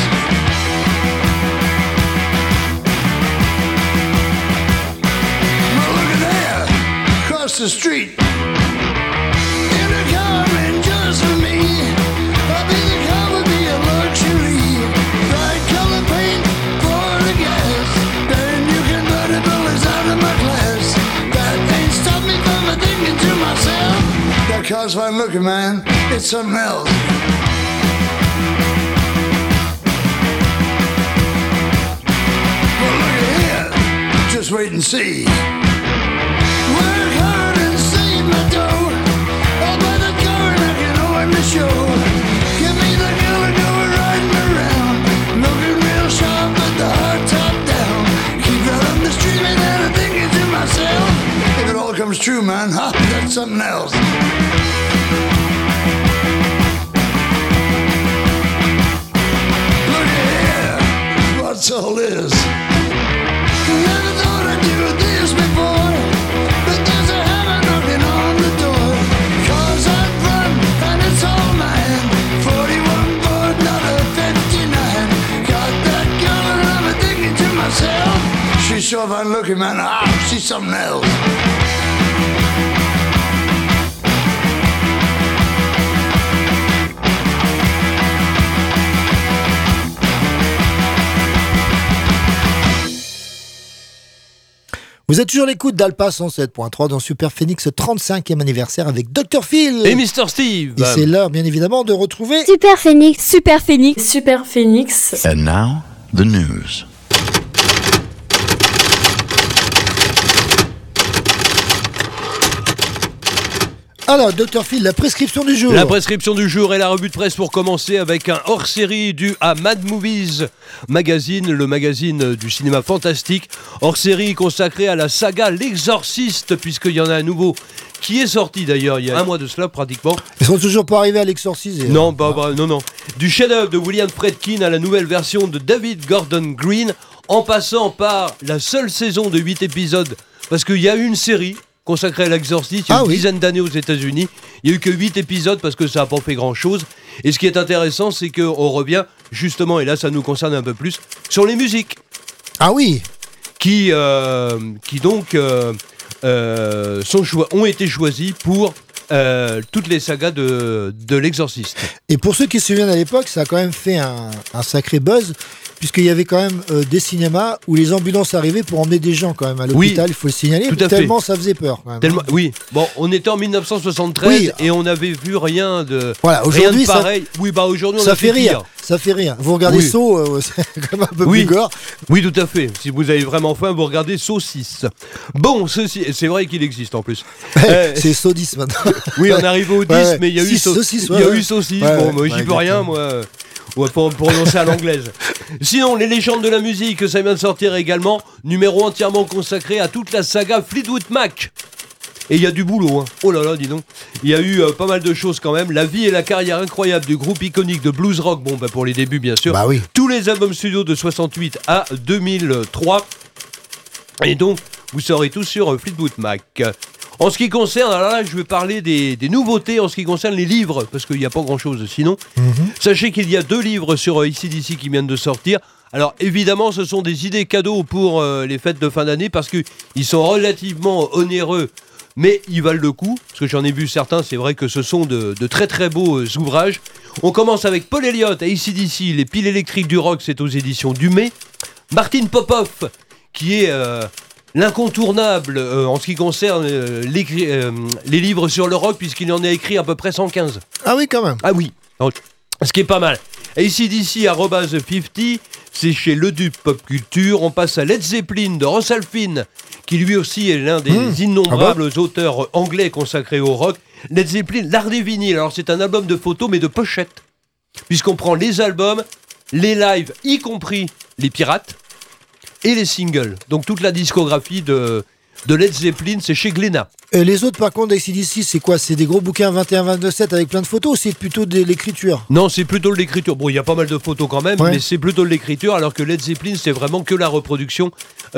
Well, look at there, across the street. In a car and just for me. I'll be the car would be a luxury. Bright color paint for the gas. Then you can burn it bullets out of my class. That ain't stopped me from thinking to myself. That car's fine looking, man. It's something else. Well, look at here. Just wait and see. Work hard and save my dough. I'll buy the car and I can own the show. Give me the girl and go riding around. Looking real sharp with the hard top down. Keep that on the street and I'm thinking to myself. If it all comes true, man, huh? That's something else. Look at here. What's all this? Never thought I'd do this before. But there's a hammer knocking on the door. Cars I'd run and it's all mine. forty-one Ford, not a fifty-nine. Got that girl and I'm thinking to myself. She's sure fine looking, man. Ah, she's something else. Vous êtes toujours à l'écoute d'Alpa cent sept point trois dans Super Phoenix trente-cinquième anniversaire avec docteur Phil et mister Steve. Et c'est l'heure bien évidemment de retrouver Super Phoenix, Super Phoenix, Super Phoenix. And now, the news. Alors, docteur Phil, la prescription du jour. La prescription du jour et la revue de presse pour commencer avec un hors-série dû à Mad Movies Magazine, le magazine du cinéma fantastique. Hors-série consacré à la saga L'Exorciste, puisqu'il y en a un nouveau qui est sorti d'ailleurs il y a un mois de cela pratiquement. Ils sont toujours pas arrivés à l'exorciser. Non, bah, bah, non, non. Du chef-d'œuvre de William Friedkin à la nouvelle version de David Gordon Green, en passant par la seule saison de huit épisodes, parce qu'il y a eu une série consacré à l'exorciste il y a ah une oui. dizaine d'années aux États-Unis. Il n'y a eu que huit épisodes parce que ça n'a pas fait grand-chose. Et ce qui est intéressant, c'est qu'on revient justement, et là ça nous concerne un peu plus, sur les musiques. Ah oui. Qui, euh, qui donc euh, euh, sont cho- ont été choisies pour euh, toutes les sagas de, de l'exorciste. Et pour ceux qui se souviennent à l'époque, ça a quand même fait un, un sacré buzz. Puisqu'il y avait quand même euh, des cinémas où les ambulances arrivaient pour emmener des gens quand même à l'hôpital, il oui, faut le signaler, tout à tellement fait. Ça faisait peur quand même. Tellement, oui, bon, on était en dix-neuf cent soixante-treize oui. et on n'avait vu rien de, voilà, rien de pareil. Ça, oui, bah aujourd'hui on ça a fait, fait rire. Pire. Ça fait rire. Vous regardez oui. Saw, euh, c'est quand même un peu oui. plus gore. Oui, tout à fait. Si vous avez vraiment faim, vous regardez Saw six. Bon, ceci, c'est vrai qu'il existe en plus. euh, c'est Saw dix maintenant. Oui, on est arrivé au dix, ouais, ouais. mais il y a eu Saw six. Il y a eu Saw six. Bon, moi j'y peux rien, moi. Ouais, pour prononcer à l'anglaise. Sinon, les légendes de la musique, ça vient de sortir également. Numéro entièrement consacré à toute la saga Fleetwood Mac. Et il y a du boulot, hein. Oh là là, dis donc. Il y a eu euh, pas mal de choses quand même. La vie et la carrière incroyable du groupe iconique de blues rock. Bon, bah pour les débuts, bien sûr. Bah oui. Tous les albums studio de soixante-huit à deux mille trois. Et donc, vous saurez tout sur euh, Fleetwood Mac. En ce qui concerne, alors là, je vais parler des, des nouveautés en ce qui concerne les livres, parce qu'il n'y a pas grand-chose sinon. Mm-hmm. Sachez qu'il y a deux livres sur euh, A C D C qui viennent de sortir. Alors évidemment, ce sont des idées cadeaux pour euh, les fêtes de fin d'année, parce qu'ils sont relativement onéreux, mais ils valent le coup, parce que j'en ai vu certains, c'est vrai que ce sont de, de très très beaux euh, ouvrages. On commence avec Paul Elliott, A C D C, Les piles électriques du rock, c'est aux éditions Dumay. Martin Popoff, qui est... Euh, l'incontournable euh, en ce qui concerne euh, les, euh, les livres sur le rock, puisqu'il en a écrit à peu près cent quinze. Ah oui, quand même. Ah oui, donc, ce qui est pas mal. A C D C arobase cinquante, c'est chez Le Duc Pop Culture. On passe à Led Zeppelin de Ross Alphin, qui lui aussi est l'un des mmh. innombrables ah bah. auteurs anglais consacrés au rock. Led Zeppelin, l'art des vinyles. Alors c'est un album de photos, mais de pochettes, puisqu'on prend les albums, les lives, y compris les pirates, et les singles, donc toute la discographie de, de Led Zeppelin, c'est chez Glénat. Et les autres, par contre, d'A C D C, c'est quoi? C'est des gros bouquins vingt et un vingt-deux sept avec plein de photos ou c'est plutôt de l'écriture? Non, c'est plutôt de l'écriture. Bon, il y a pas mal de photos quand même, ouais. mais c'est plutôt de l'écriture, alors que Led Zeppelin, c'est vraiment que la reproduction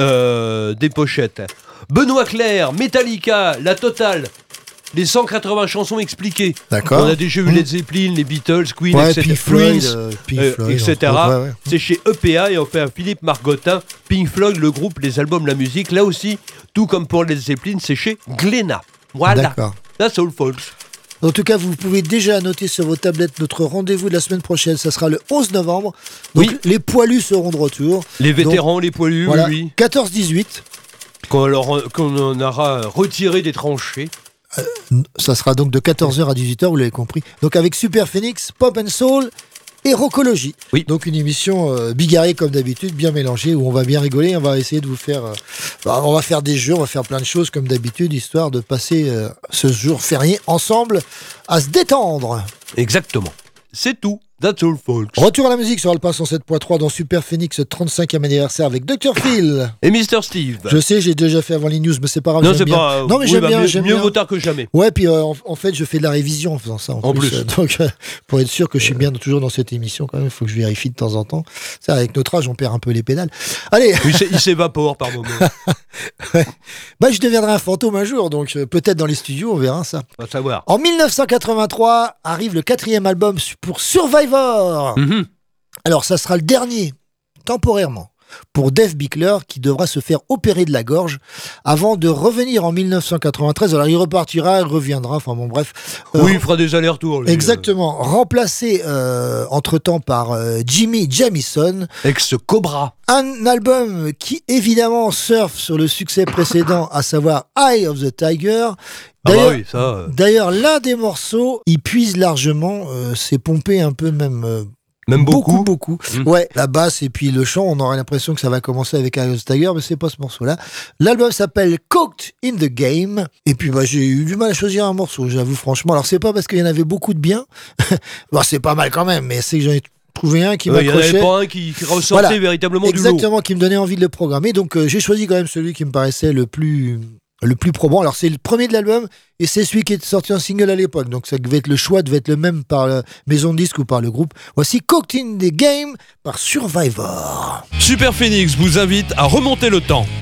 euh, des pochettes. Benoît Clair, Metallica, la totale. Les cent quatre-vingts chansons expliquées. D'accord. On a déjà vu mmh. Led Zeppelin, les Beatles, Queen, ouais, et cetera. Pink Floyd, Prince, euh, Pink euh, Floyd, et cetera. Ouais, ouais. C'est chez E P A et enfin Philippe Margottin, Pink Floyd, le groupe, les albums, la musique. Là aussi, tout comme pour Led Zeppelin, c'est chez Glénat. Voilà. D'accord. That's all, folks. En tout cas, vous pouvez déjà noter sur vos tablettes notre rendez-vous de la semaine prochaine. Ça sera le onze novembre. Donc, oui. les poilus seront de retour. Les vétérans, Donc, les poilus, voilà, oui. quatorze dix-huit. Quand, alors, quand on aura retiré des tranchées. Euh, ça sera donc de quatorze heures à dix-huit heures, vous l'avez compris. Donc avec Super Phoenix, Pop and Soul et Rockologie. Oui. Donc une émission euh, bigarrée comme d'habitude, bien mélangée, où on va bien rigoler. On va essayer de vous faire... Euh, bah, on va faire des jeux, on va faire plein de choses comme d'habitude, histoire de passer euh, ce jour férié ensemble à se détendre. Exactement. C'est tout. That's all, folks. Retour à la musique sur Alpha cent sept point trois dans Super Phoenix, trente-cinquième anniversaire avec docteur Phil. Et mister Steve. Je sais, j'ai déjà fait avant les news, mais c'est pas grave. Non, c'est bien. pas. Non, mais oui, j'aime bah, bien. Mieux, j'aime mieux bien. vaut tard que jamais. Ouais, puis euh, en, en fait, je fais de la révision en faisant ça. En, en plus. plus. Euh, donc, euh, pour être sûr que je suis bien toujours dans cette émission, quand même, il faut que je vérifie de temps en temps. Ça, avec notre âge, on perd un peu les pédales. Allez. Il, il s'évapore par moment. Ouais. Bah, je deviendrai un fantôme un jour, donc euh, peut-être dans les studios, on verra ça. On va savoir. En dix-neuf cent quatre-vingt-trois arrive le quatrième album pour Survivor. Mm-hmm. Alors, ça sera le dernier, temporairement, pour Dave Bickler, qui devra se faire opérer de la gorge avant de revenir en dix-neuf cent quatre-vingt-treize. Alors, il repartira, il reviendra, enfin bon, bref. Euh, oui, il fera des allers-retours. Lui. Exactement. Remplacé euh, entre-temps par euh, Jimmy Jamison. Ex-Cobra. Un album qui, évidemment, surfe sur le succès précédent, à savoir Eye of the Tiger. D'ailleurs, ah bah oui, ça, euh... d'ailleurs, l'un des morceaux, il puise largement, euh, c'est pompé un peu même... Euh, Même beaucoup, beaucoup. beaucoup. Mmh. Ouais, la basse et puis le chant, on aurait l'impression que ça va commencer avec Eye of the Tiger, mais c'est pas ce morceau-là. L'album s'appelle Coked in the Game. Et puis, bah, j'ai eu du mal à choisir un morceau, j'avoue, franchement. Alors, c'est pas parce qu'il y en avait beaucoup de bien. Bon, c'est pas mal quand même, mais c'est que j'en ai trouvé un qui ouais, m'accrochait. Il n'y en avait pas un qui, qui ressortait voilà. véritablement Exactement, du lot. Exactement, qui me donnait envie de le programmer. Donc, euh, j'ai choisi quand même celui qui me paraissait le plus... le plus probant. Alors c'est le premier de l'album et c'est celui qui est sorti en single à l'époque, donc ça devait être le choix devait être le même par la maison de disque ou par le groupe. Voici Coked in the Game par Survivor. Super Phoenix vous invite à remonter le temps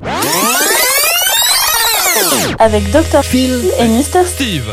avec docteur Phil et mister Steve.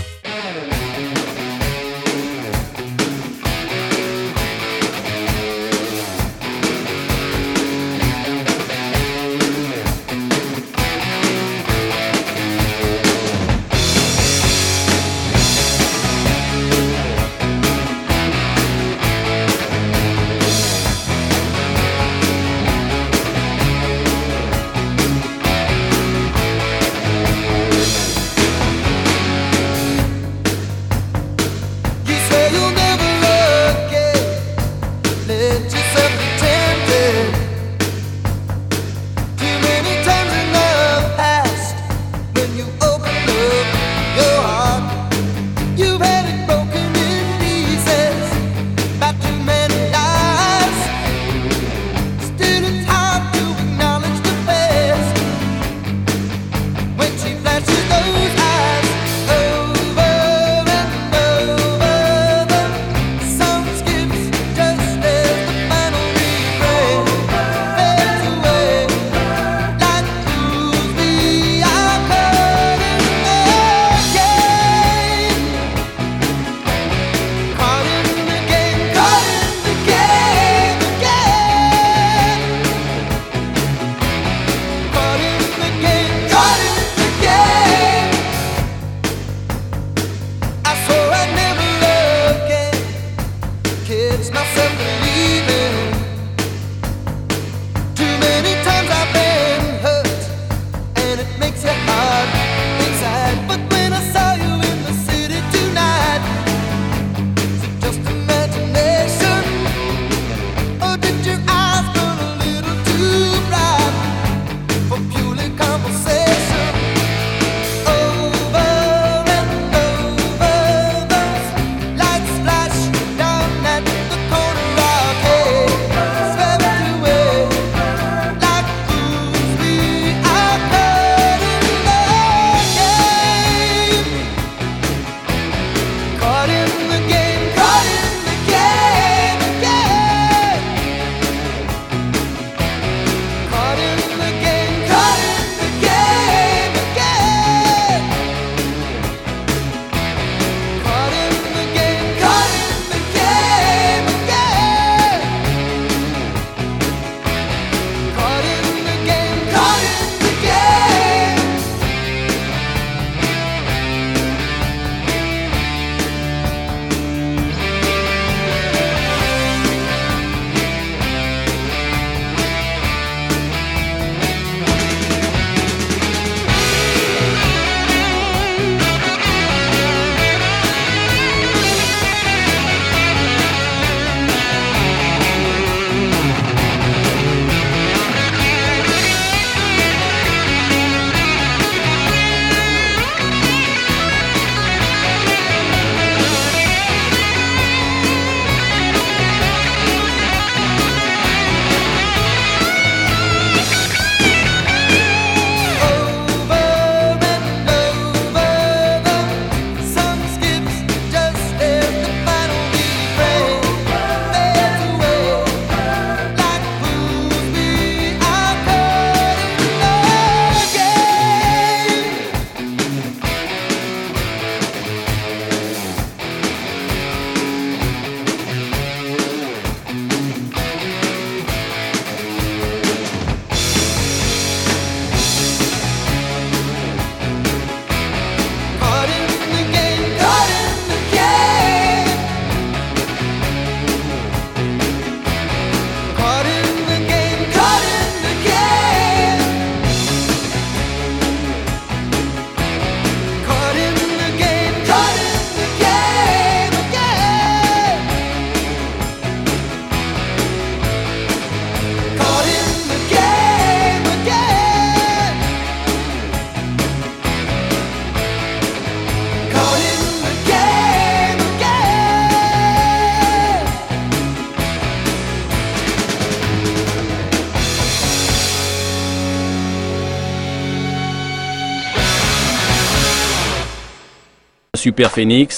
Super Phoenix.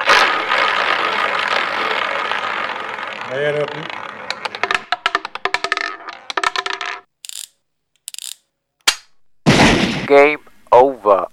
Game over.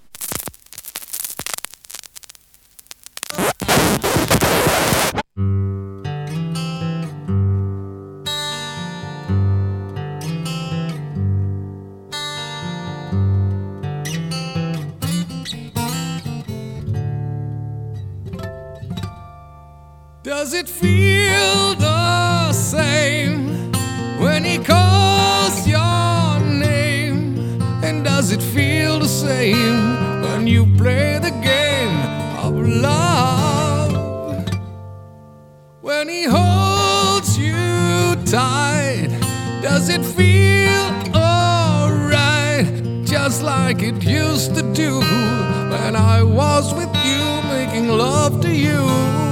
Does it feel the same when he calls your name? And does it feel the same when you play the game of love? When he holds you tight, does it feel alright? Just like it used to do when I was with you, making love to you.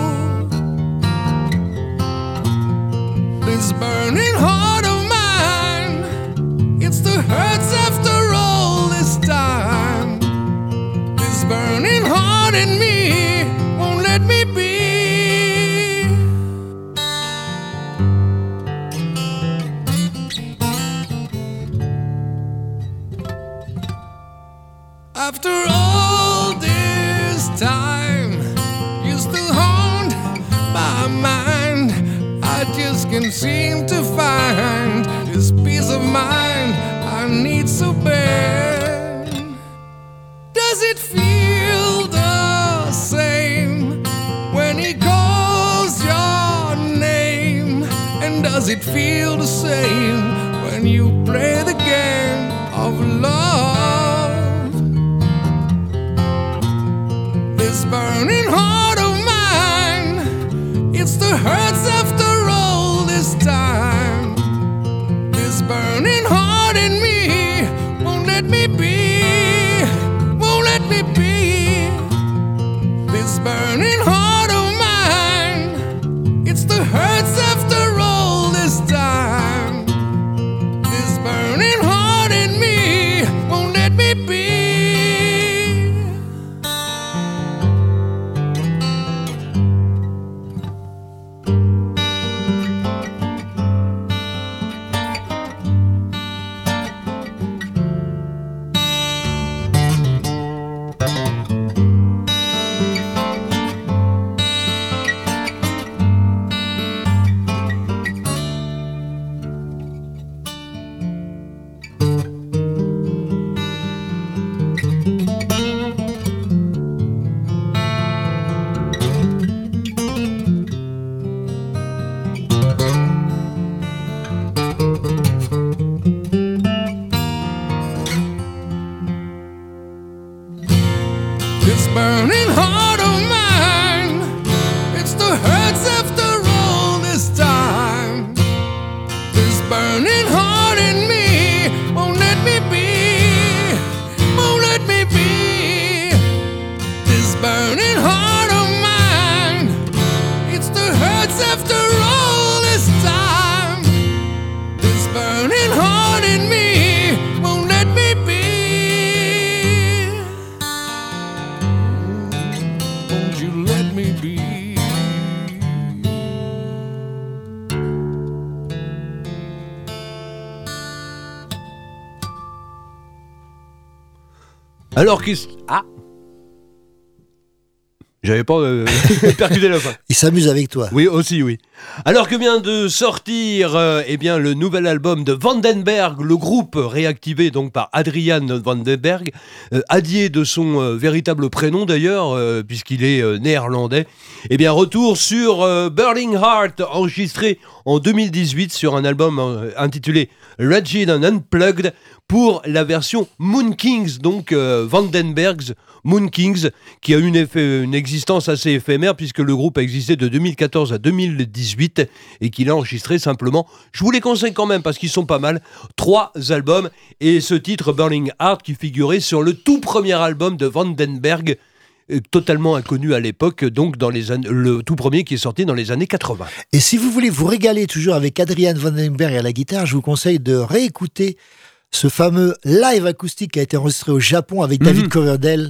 This burning heart of mine, it's the hurts after all this time. This burning heart in me won't let me be. After all this time, you still haunt my mind. I just can't seem to find this peace of mind I need so bad. Does it feel the same when he calls your name? And does it feel the same when you play the game of love? This burning heart of mine, it's the hurts after this time. This burning heart in me won't let me be, won't let me be. This burning heart of mine, it's the hurts after all this time. This burning heart in me won't let me be. Alors qu'il... Ah J'avais pas euh, percuté la fin. Il s'amuse avec toi. Oui, aussi, oui. Alors que vient de sortir euh, eh bien, le nouvel album de Vandenberg, le groupe réactivé donc par Adrian Vandenberg, euh, adié de son euh, véritable prénom d'ailleurs, euh, puisqu'il est euh, néerlandais. Eh bien, retour sur euh, Burning Heart, enregistré en deux mille dix-huit sur un album euh, intitulé Raging and Unplugged, pour la version Moon Kings, donc euh, Vandenberg's Moon Kings, qui a eu une, effet, une existence assez éphémère puisque le groupe a existé de deux mille quatorze à deux mille dix-huit et qu'il a enregistré simplement, je vous les conseille quand même parce qu'ils sont pas mal, trois albums et ce titre Burning Heart qui figurait sur le tout premier album de Vandenberg, euh, totalement inconnu à l'époque, donc dans les an- le tout premier qui est sorti dans les années quatre-vingts. Et si vous voulez vous régaler toujours avec Adrian Vandenberg à la guitare, je vous conseille de réécouter ce fameux live acoustique qui a été enregistré au Japon avec David mmh. Coverdale.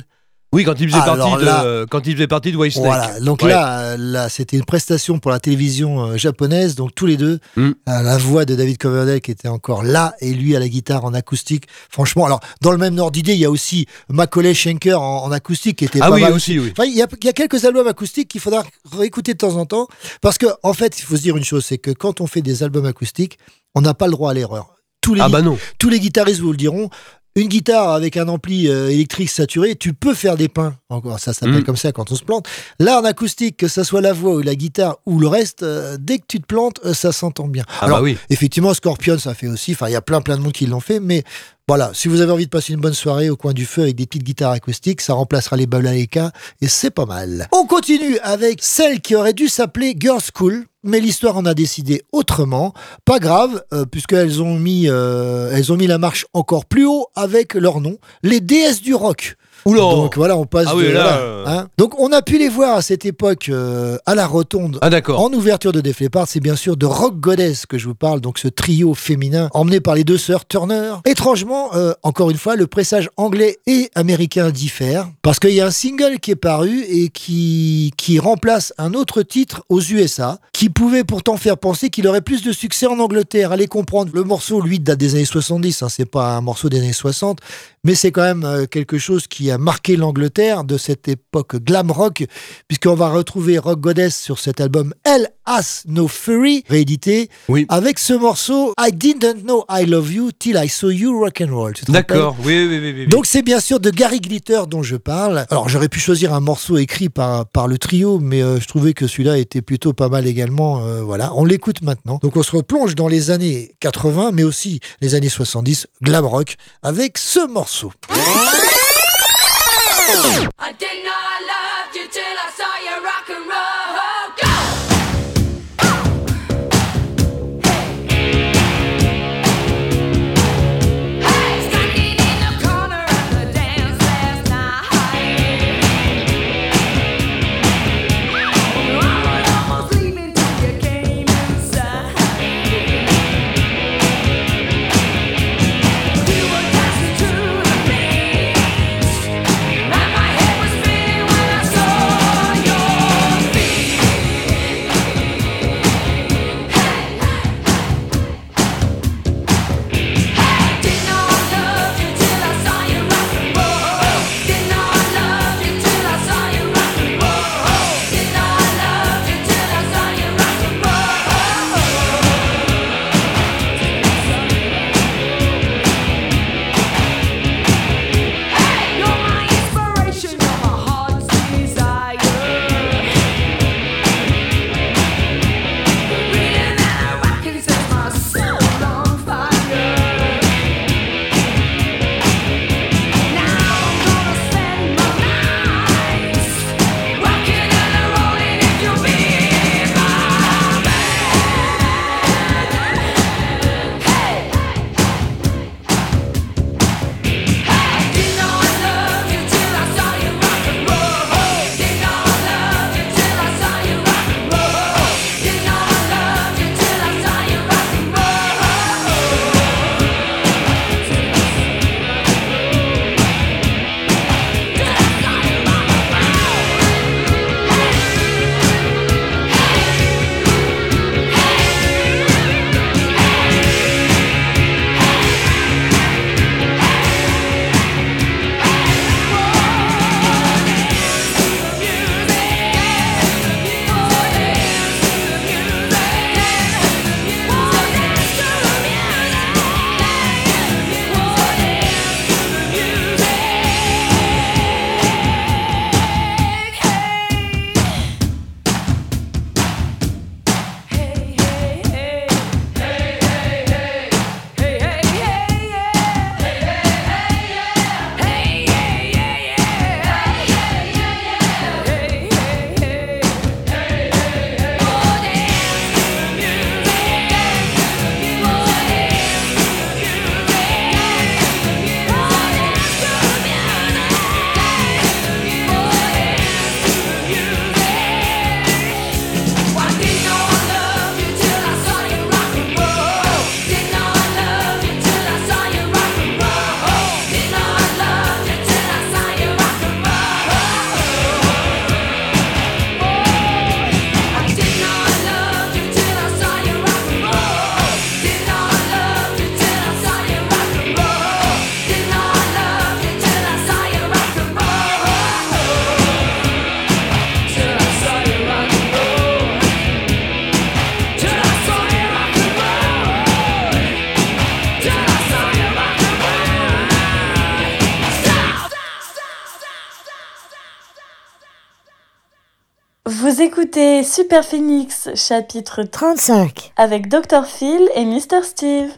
Oui, quand il faisait Alors partie là- de quand il faisait partie de Whitesnake. Voilà, donc Ouais. là, euh, là, c'était une prestation pour la télévision euh, japonaise, donc tous les deux, Mm. euh, la voix de David Coverdale qui était encore là, et lui à la guitare en acoustique. Franchement, alors dans le même ordre d'idée, il y a aussi Macaulay Schenker en, en acoustique qui était Ah pas oui, mal aussi, oui. Enfin, il y, a, il y a quelques albums acoustiques qu'il faudra réécouter de temps en temps, parce que en fait, il faut se dire une chose, c'est que quand on fait des albums acoustiques, on n'a pas le droit à l'erreur. Tous les Ah gui- bah non. tous les guitaristes vous le diront. Une guitare avec un ampli euh, électrique saturé, tu peux faire des pains. Encore, ça s'appelle Mm. comme ça quand on se plante. Là, en acoustique, que ça soit la voix ou la guitare ou le reste, euh, dès que tu te plantes, euh, ça s'entend bien. Ah Alors, bah oui. effectivement, Scorpion, ça fait aussi. Enfin, il y a plein, plein de monde qui l'ont fait, mais voilà. Si vous avez envie de passer une bonne soirée au coin du feu avec des petites guitares acoustiques, ça remplacera les balalaïkas et c'est pas mal. On continue avec celle qui aurait dû s'appeler Girls School. Mais l'histoire en a décidé autrement. Pas grave, euh, puisqu'elles ont mis, euh, elles ont mis la marche encore plus haut avec leur nom, les déesses du rock. Oula. Donc voilà, on passe Ah de oui, là, voilà, euh. hein. Donc on a pu les voir à cette époque euh, à la Rotonde. Ah d'accord. En ouverture de Def Leppard, c'est bien sûr de Rock Goddess que je vous parle, donc ce trio féminin emmené par les deux sœurs Turner. Étrangement, euh, encore une fois, le pressage anglais et américain diffère, parce qu'il y a un single qui est paru et qui, qui remplace un autre titre aux U S A, qui pouvait pourtant faire penser qu'il aurait plus de succès en Angleterre. Allez comprendre, le morceau, lui, date des années soixante-dix, hein, c'est pas un morceau des années soixante, mais c'est quand même euh, quelque chose qui a marqué l'Angleterre de cette époque glam rock, puisqu'on va retrouver Rock Goddess sur cet album Hell Has No Fury, réédité, Oui. avec ce morceau I Didn't Know I Love You Till I Saw You Rock and Roll. Tu te D'accord. rappelles Oui, oui, oui, oui, oui. Donc c'est bien sûr de Gary Glitter dont je parle. Alors j'aurais pu choisir un morceau écrit par, par le trio, mais euh, je trouvais que celui-là était plutôt pas mal également. Euh, voilà, on l'écoute maintenant. Donc on se replonge dans les années quatre-vingts, mais aussi les années soixante-dix, glam rock, avec ce morceau. I didn't know I loved you till I saw you rock and roll. Go! Hey, standing in the corner of the dance last night. I was almost leaving till you came inside. You were dancing through the maze, and my head was filled. Vous écoutez Super Phoenix, chapitre trente-cinq, avec docteur Phil et mister Steve.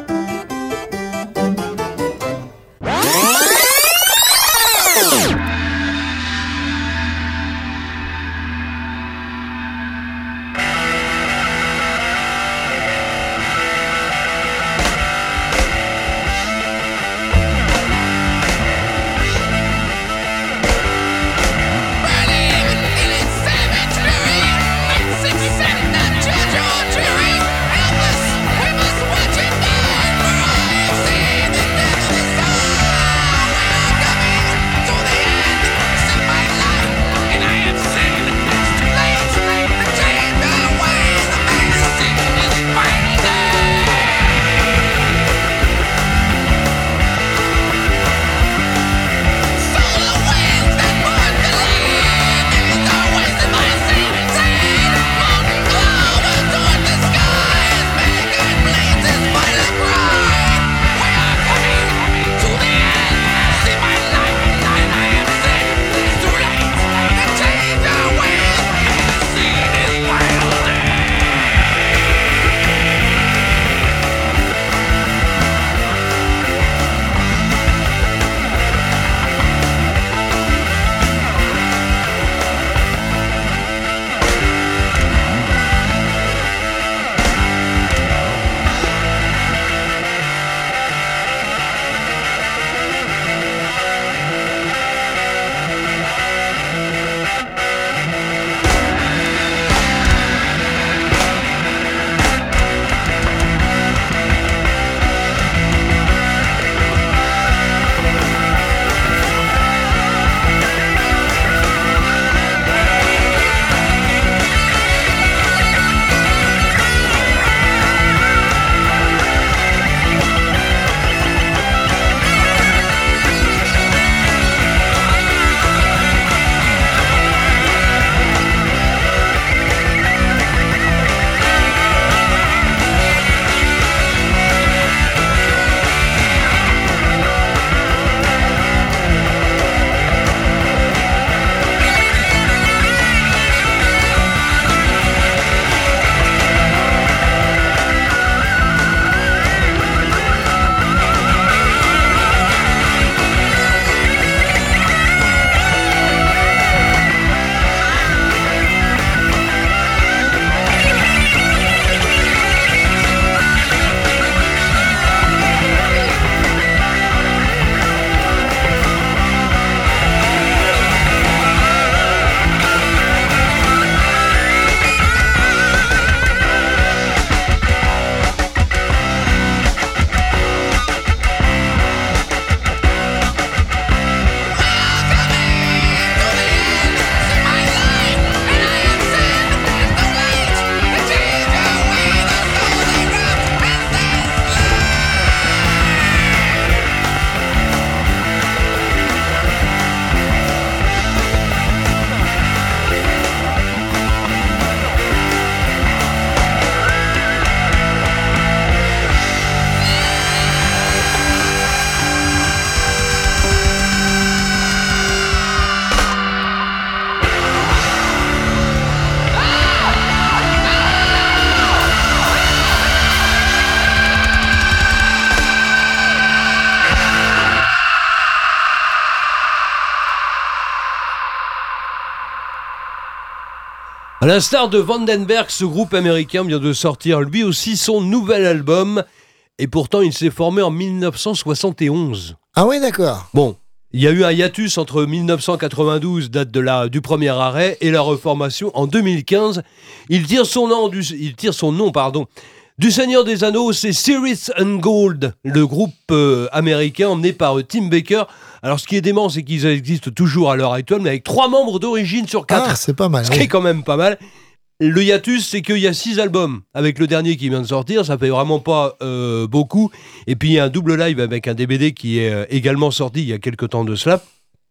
À l'instar de Vandenberg, ce groupe américain vient de sortir lui aussi son nouvel album, et pourtant il s'est formé en dix-neuf cent soixante et onze. Ah oui, d'accord. Bon, il y a eu un hiatus entre dix-neuf cent quatre-vingt-douze, date de la, du premier arrêt, et la reformation en deux mille quinze. Il tire son nom, du, il tire son nom pardon, du Seigneur des Anneaux, c'est Series and Gold, le groupe euh, américain emmené par euh, Tim Baker. Alors ce qui est dément, c'est qu'ils existent toujours à l'heure actuelle, mais avec trois membres d'origine sur quatre. Ah, c'est pas mal. Ce oui. qui est quand même pas mal. Le hiatus, c'est qu'il y a six albums. Avec le dernier qui vient de sortir, ça fait vraiment pas euh, beaucoup. Et puis il y a un double live avec un D V D qui est euh, également sorti il y a quelques temps de cela.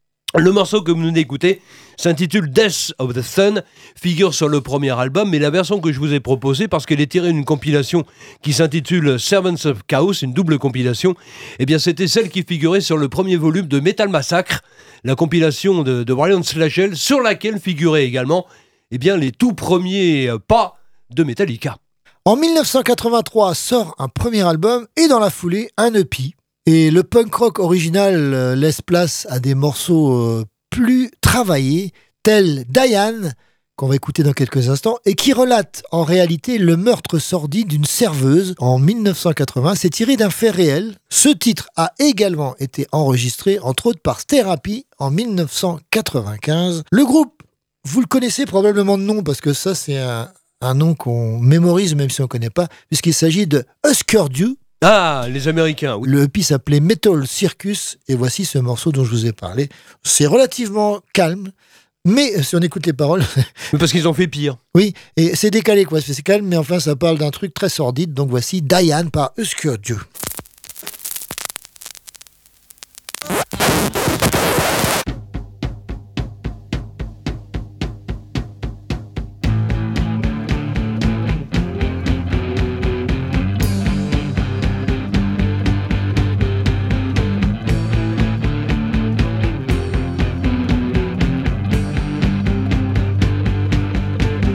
Le morceau que vous venez d'écouter s'intitule Death of the Sun, figure sur le premier album, mais la version que je vous ai proposée, parce qu'elle est tirée d'une compilation qui s'intitule Servants of Chaos, une double compilation, eh bien c'était celle qui figurait sur le premier volume de Metal Massacre, la compilation de, de Brian Slagel, sur laquelle figurait également eh bien, les tout premiers euh, pas de Metallica. En dix-neuf cent quatre-vingt-trois sort un premier album et dans la foulée un E P. Et le punk rock original euh, laisse place à des morceaux euh, plus travaillés, tels Diane, qu'on va écouter dans quelques instants, et qui relate en réalité le meurtre sordide d'une serveuse en dix-neuf cent quatre-vingts. C'est tiré d'un fait réel. Ce titre a également été enregistré, entre autres par Therapy, en dix-neuf cent quatre-vingt-quinze. Le groupe, vous le connaissez probablement de nom, parce que ça c'est un, un nom qu'on mémorise même si on ne connaît pas, puisqu'il s'agit de Husker Du. Ah, les Américains, oui. Le E P s'appelait Metal Circus, et voici ce morceau dont je vous ai parlé. C'est relativement calme, mais si on écoute les paroles... Mais parce qu'ils ont fait pire. Oui, et c'est décalé, quoi. C'est calme, mais enfin, ça parle d'un truc très sordide. Donc voici Diane par Husker Du.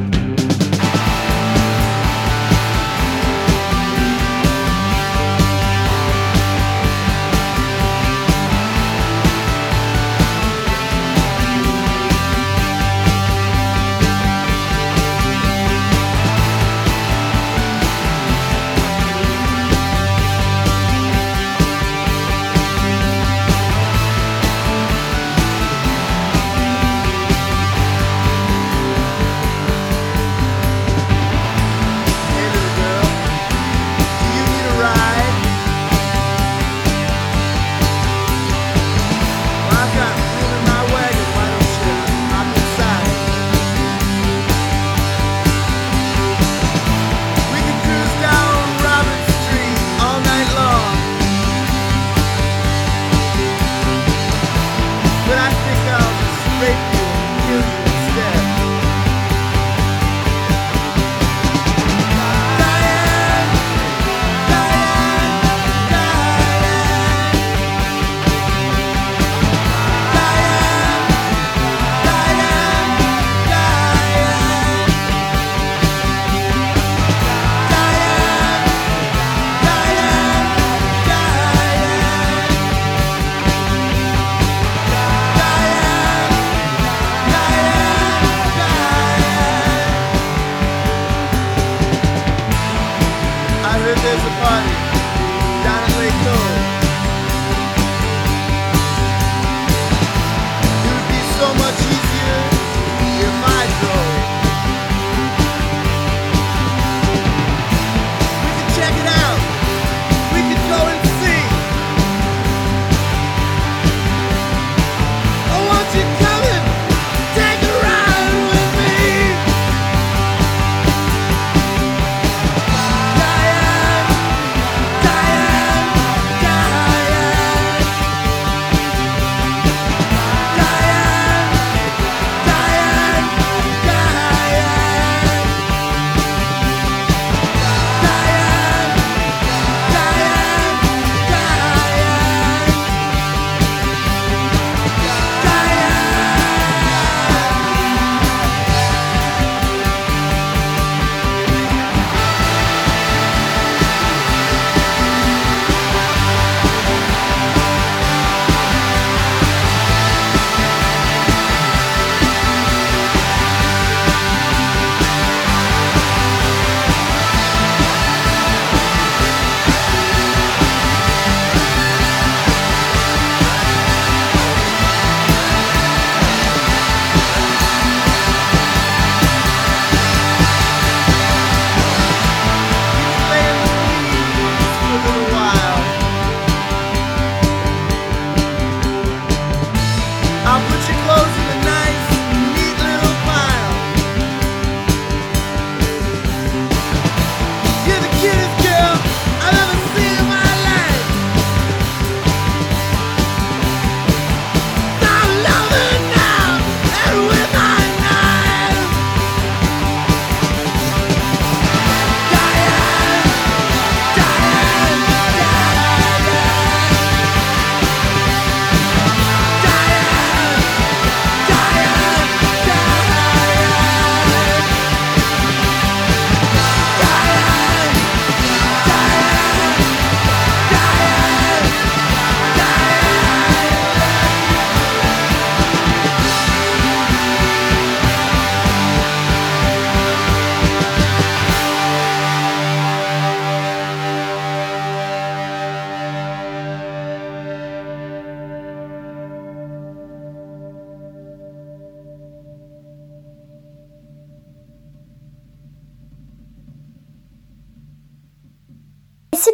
I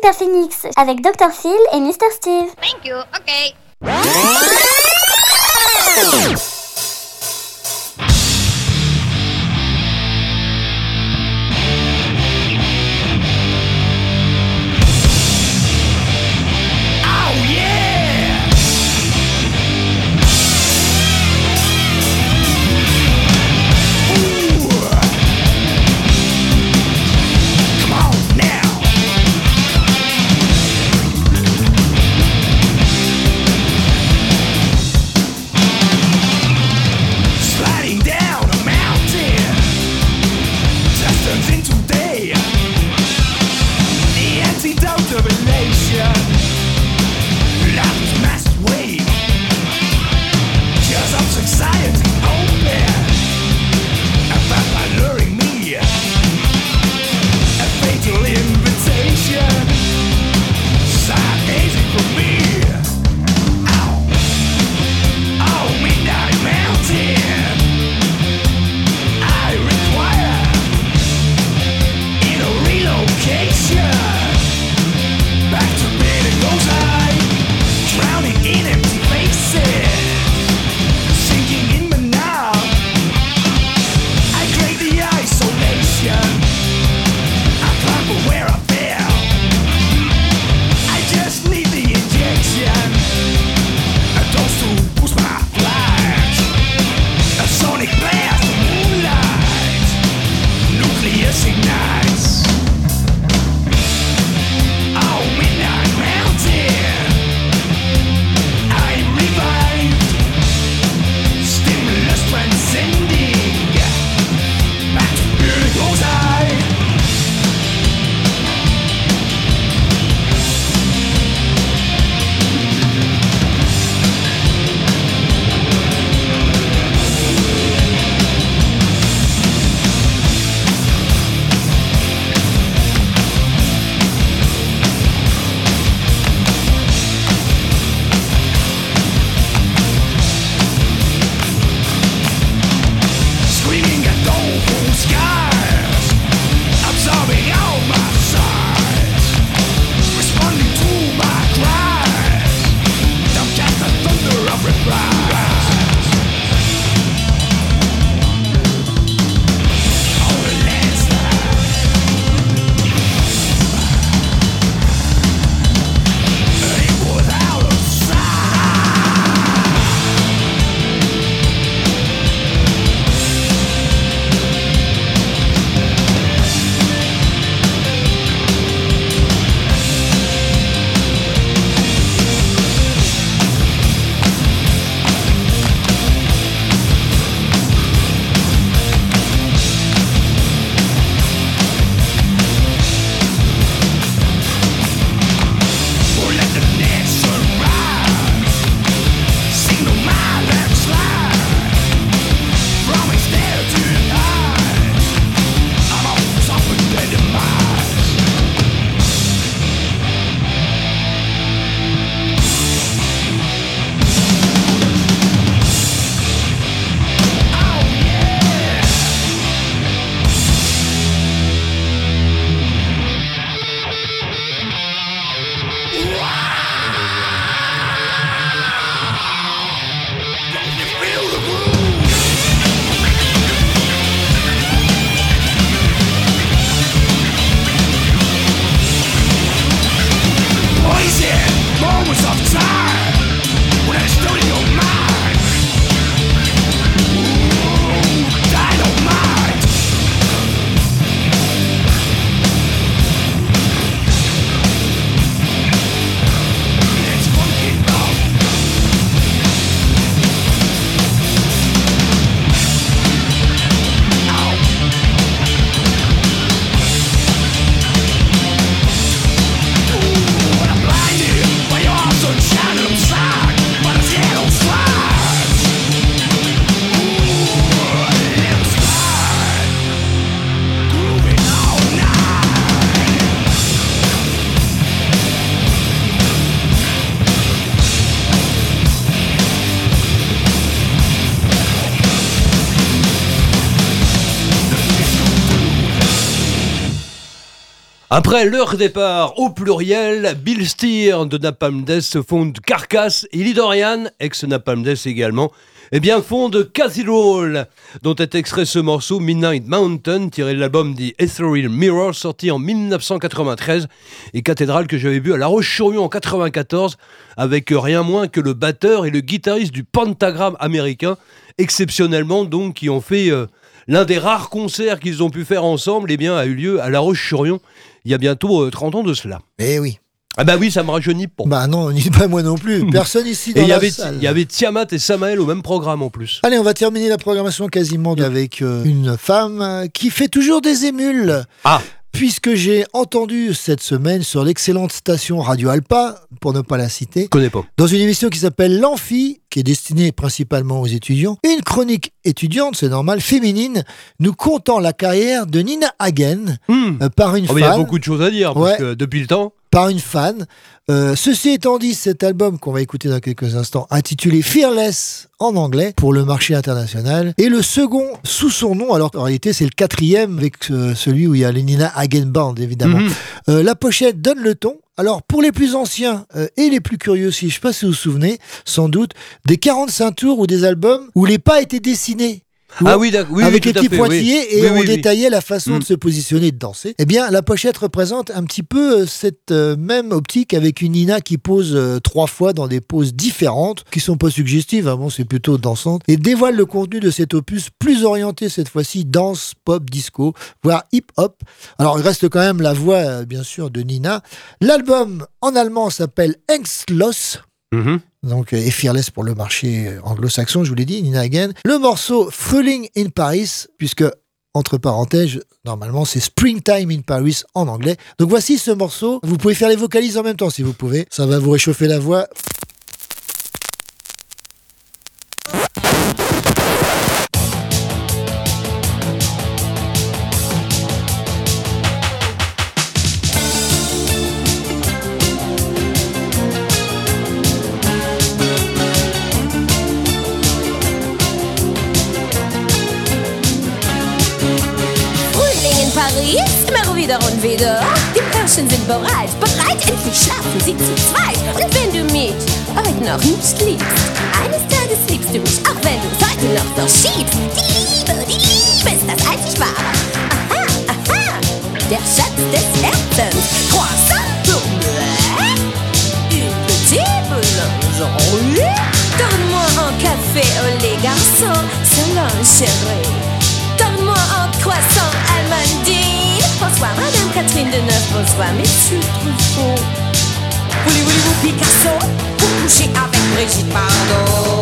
Super Phoenix avec docteur Phil et mister Steve. Thank you, okay. Now Après leur départ au pluriel, Bill Steer de Napalm Death fonde Carcass et Lee Dorian, ex-Napalm Death également, eh bien fonde Cathedral, dont est extrait ce morceau Midnight Mountain, tiré de l'album The Ethereal Mirror, sorti en dix-neuf cent quatre-vingt-treize, et Cathedral que j'avais vu à La Roche-sur-Yon en quatre-vingt-quatorze, avec rien moins que le batteur et le guitariste du Pentagram américain, exceptionnellement donc, qui ont fait euh, l'un des rares concerts qu'ils ont pu faire ensemble, eh bien, a eu lieu à La Roche-sur-Yon, il y a bientôt euh, trente ans de cela. Eh oui. Ah bah oui, ça me rajeunit pas. Bah non, ni pas moi non plus. Personne ici dans et y la avait, salle. Il y avait Tiamat et Samael au même programme en plus. Allez, on va terminer la programmation quasiment avec euh, une femme euh, qui fait toujours des émules. Ah. Puisque j'ai entendu cette semaine sur l'excellente station Radio Alpa, pour ne pas la citer, Je connais pas. dans une émission qui s'appelle L'Amphi, qui est destinée principalement aux étudiants, une chronique étudiante, c'est normal, féminine, nous contant la carrière de Nina Hagen mmh. euh, par une oh, fan. Il y a beaucoup de choses à dire, parce Ouais. que depuis le temps... Par une fan. Euh, ceci étant dit, cet album qu'on va écouter dans quelques instants, intitulé Fearless en anglais pour le marché international, et le second sous son nom, alors en réalité c'est le quatrième avec euh, celui où il y a les Nina Hagen Band évidemment. Mmh. Euh, la pochette donne le ton. Alors pour les plus anciens euh, et les plus curieux aussi, je ne sais pas si vous vous souvenez, sans doute, des quarante-cinq tours ou des albums où les pas étaient dessinés. Ah oui, d'accord. Oui, avec oui, les tout à petits fait, pointillés oui. et Oui, on oui, détaillait oui. la façon Mm. de se positionner et de danser. Eh bien, la pochette représente un petit peu euh, cette euh, même optique avec une Nina qui pose euh, trois fois dans des poses différentes, qui sont pas suggestives, hein, bon, c'est plutôt dansante, et dévoile le contenu de cet opus plus orienté cette fois-ci danse, pop, disco, voire hip-hop. Alors, il reste quand même la voix, euh, bien sûr, de Nina. L'album en allemand s'appelle Angstlos. Mm-hmm. Donc, et Fearless pour le marché anglo-saxon, je vous l'ai dit, Nina Hagen. Le morceau Frühling in Paris, puisque, entre parenthèses, normalement c'est Springtime in Paris en anglais. Donc voici ce morceau. Vous pouvez faire les vocalises en même temps si vous pouvez. Ça va vous réchauffer la voix. Paris, immer wieder und wieder. Die Pärchen sind bereit, bereit, endlich schlafen sie zu zweit. Und wenn du mich heute noch nicht liebst, eines Tages liebst du mich, auch wenn du es heute noch verschiebst. Die Liebe, die Liebe ist das einzig wahre. Aha, aha, der Schatz des Herzens. Croissant pour moi, une petite boulangerie. Donne-moi un café au lait, garçon, salon chéri. Donne-moi un croissant almandine. Bonsoir Madame Catherine Deneuve, bonsoir Monsieur Truffaut. Voulez-vous Picasso pour coucher avec Brigitte Bardot?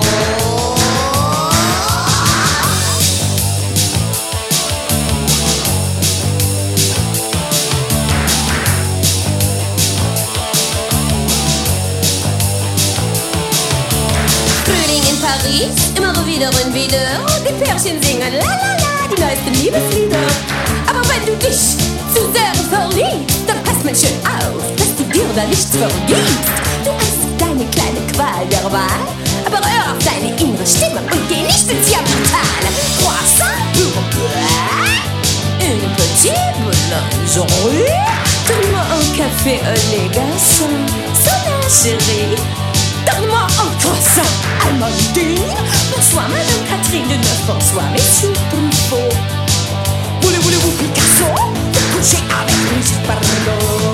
Frühling in Paris, immer wieder und wieder. Die Pärchen singen la la la. Die neuesten Liebeslieder. Aber wenn du dich zu sehr verliebst, dann pass mal schön auf, dass du dir da nichts vergibst. Du hast deine kleine Qual der Wahl, aber hör auf deine innere Stimme und geh nicht ins Japital. Croissant pour moi, une petite boulangerie. Donne-moi un café au lait, garçon, sonne chérie. Donne-moi un croissant almandine. Bonsoir Madame Catherine Deneuve, bonsoir Monsieur Truffaut. Voulez-vous Picasso pour coucher avec Brigitte Bardot?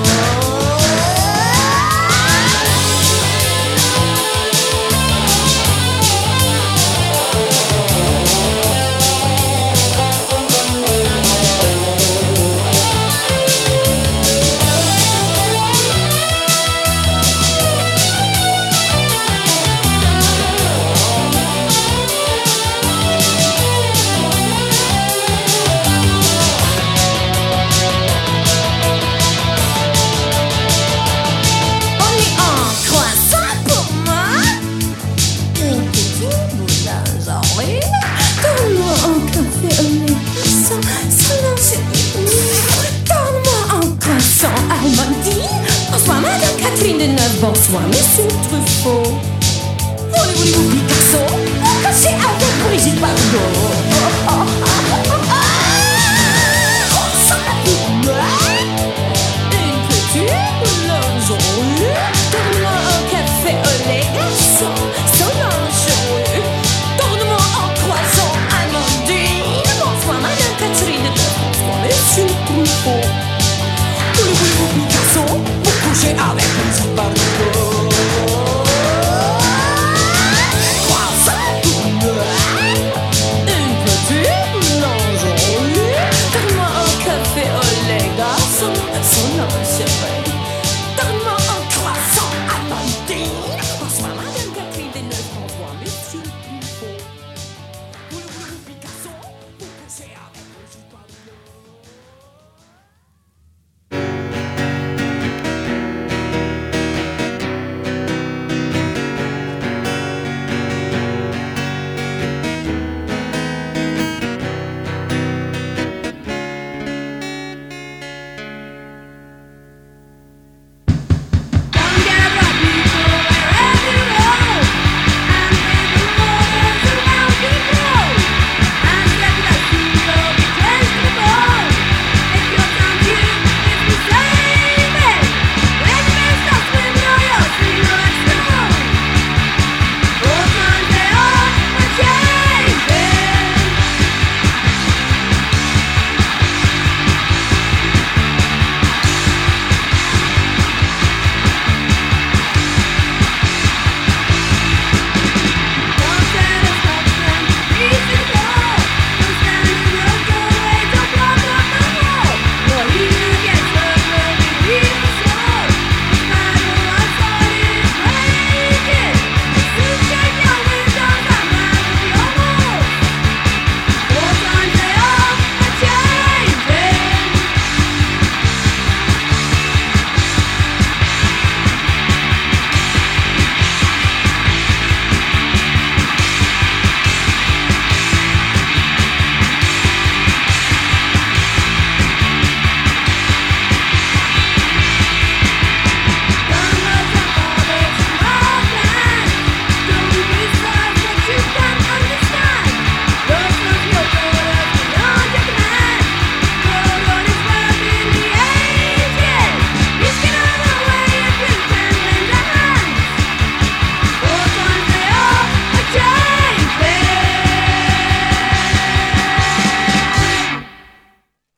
Bonsoir, Monsieur Truffaut. Voulez-vous Picasso coucher avec Brigitte Bardot? Oh, oh, oh, oh, oh.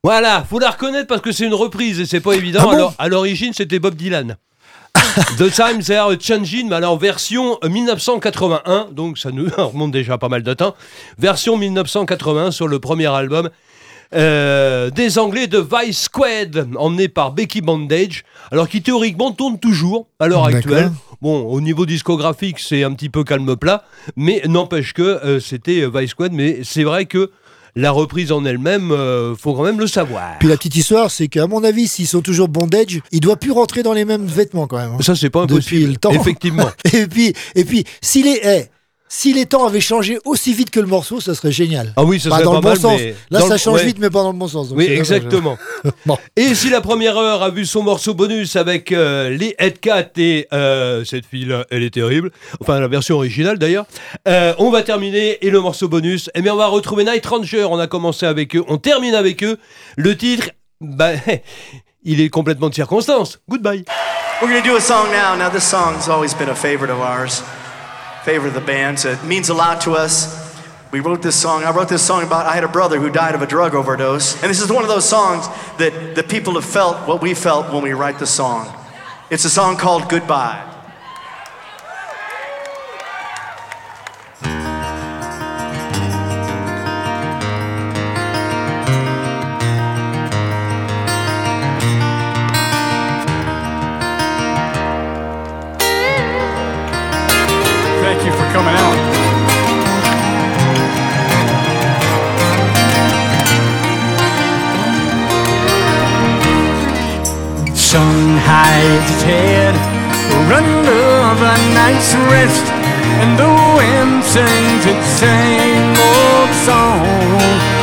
Voilà, faut la reconnaître parce que c'est une reprise et c'est pas évident. Ah bon Alors, à l'origine, c'était Bob Dylan. The Times Are Changing, mais alors version dix-neuf cent quatre-vingt-un, donc ça nous remonte déjà pas mal de temps. Version dix-neuf cent quatre-vingt-un sur le premier album euh, des Anglais de Vice Squad, emmené par Becky Bondage, alors qui théoriquement tourne toujours à l'heure D'accord. actuelle. Bon, au niveau discographique, c'est un petit peu calme plat, mais n'empêche que euh, c'était Vice Squad, mais c'est vrai que la reprise en elle-même, euh, faut quand même le savoir. Puis la petite histoire, c'est qu'à mon avis, s'ils sont toujours bondage, il doit plus rentrer dans les mêmes vêtements quand même. hein. Ça, c'est pas Depuis impossible. le temps. Effectivement. et puis, et puis, si les, eh, si les temps avaient changé aussi vite que le morceau, ça serait génial. Ah oui, ça Pas serait dans pas le bon mal, sens. mais Là, dans ça le- change ouais. vite, mais pas dans le bon sens. donc Oui, c'est dommage. exactement. Bon. Et si la première heure a vu son morceau bonus avec euh, les Headcat et euh, cette fille-là, elle est terrible. Enfin, la version originale d'ailleurs. Euh, on va terminer et le morceau bonus. Eh bien, on va retrouver Night Ranger. On a commencé avec eux, on termine avec eux. Le titre, bah, il est complètement de circonstance. Goodbye. We're going to do a song now. Now, this song's always been a favorite of ours, favorite of the band. So it means a lot to us. We wrote this song. I wrote this song about I had a brother who died of a drug overdose. And this is one of those songs that the people have felt what we felt when we write the song. It's a song called Goodbye. Thank you for coming out. Sun hides its head under the night's rest, and the wind sings its same old song.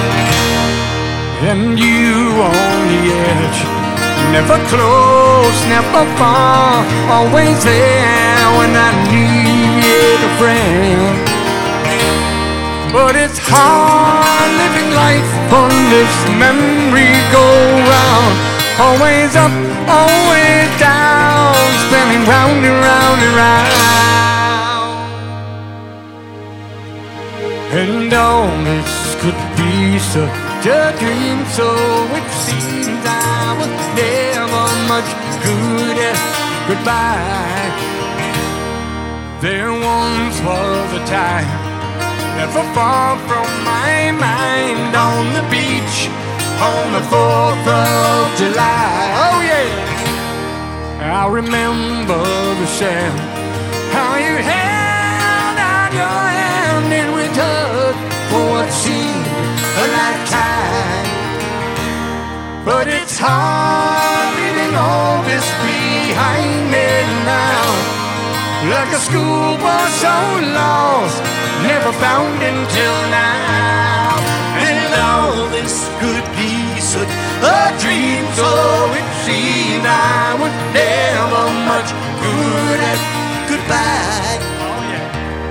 And you on the edge, never close, never far, always there when I need a friend. But it's hard living life on this merry-go-round, always up, always down, spinning round and round and round. And all this could be such a dream, so it seems I was never much good at goodbye. There once was a time, never far from my mind, on the beach on the fourth of July. Oh yeah, I remember the sound, how you held out your hand and we tugged for what seemed a lifetime. But it's hard leaving all this behind me now, like a schoolboy so lost, never found until now. And all this could be such a dream, so it seemed I was never much good at goodbye. Oh yeah.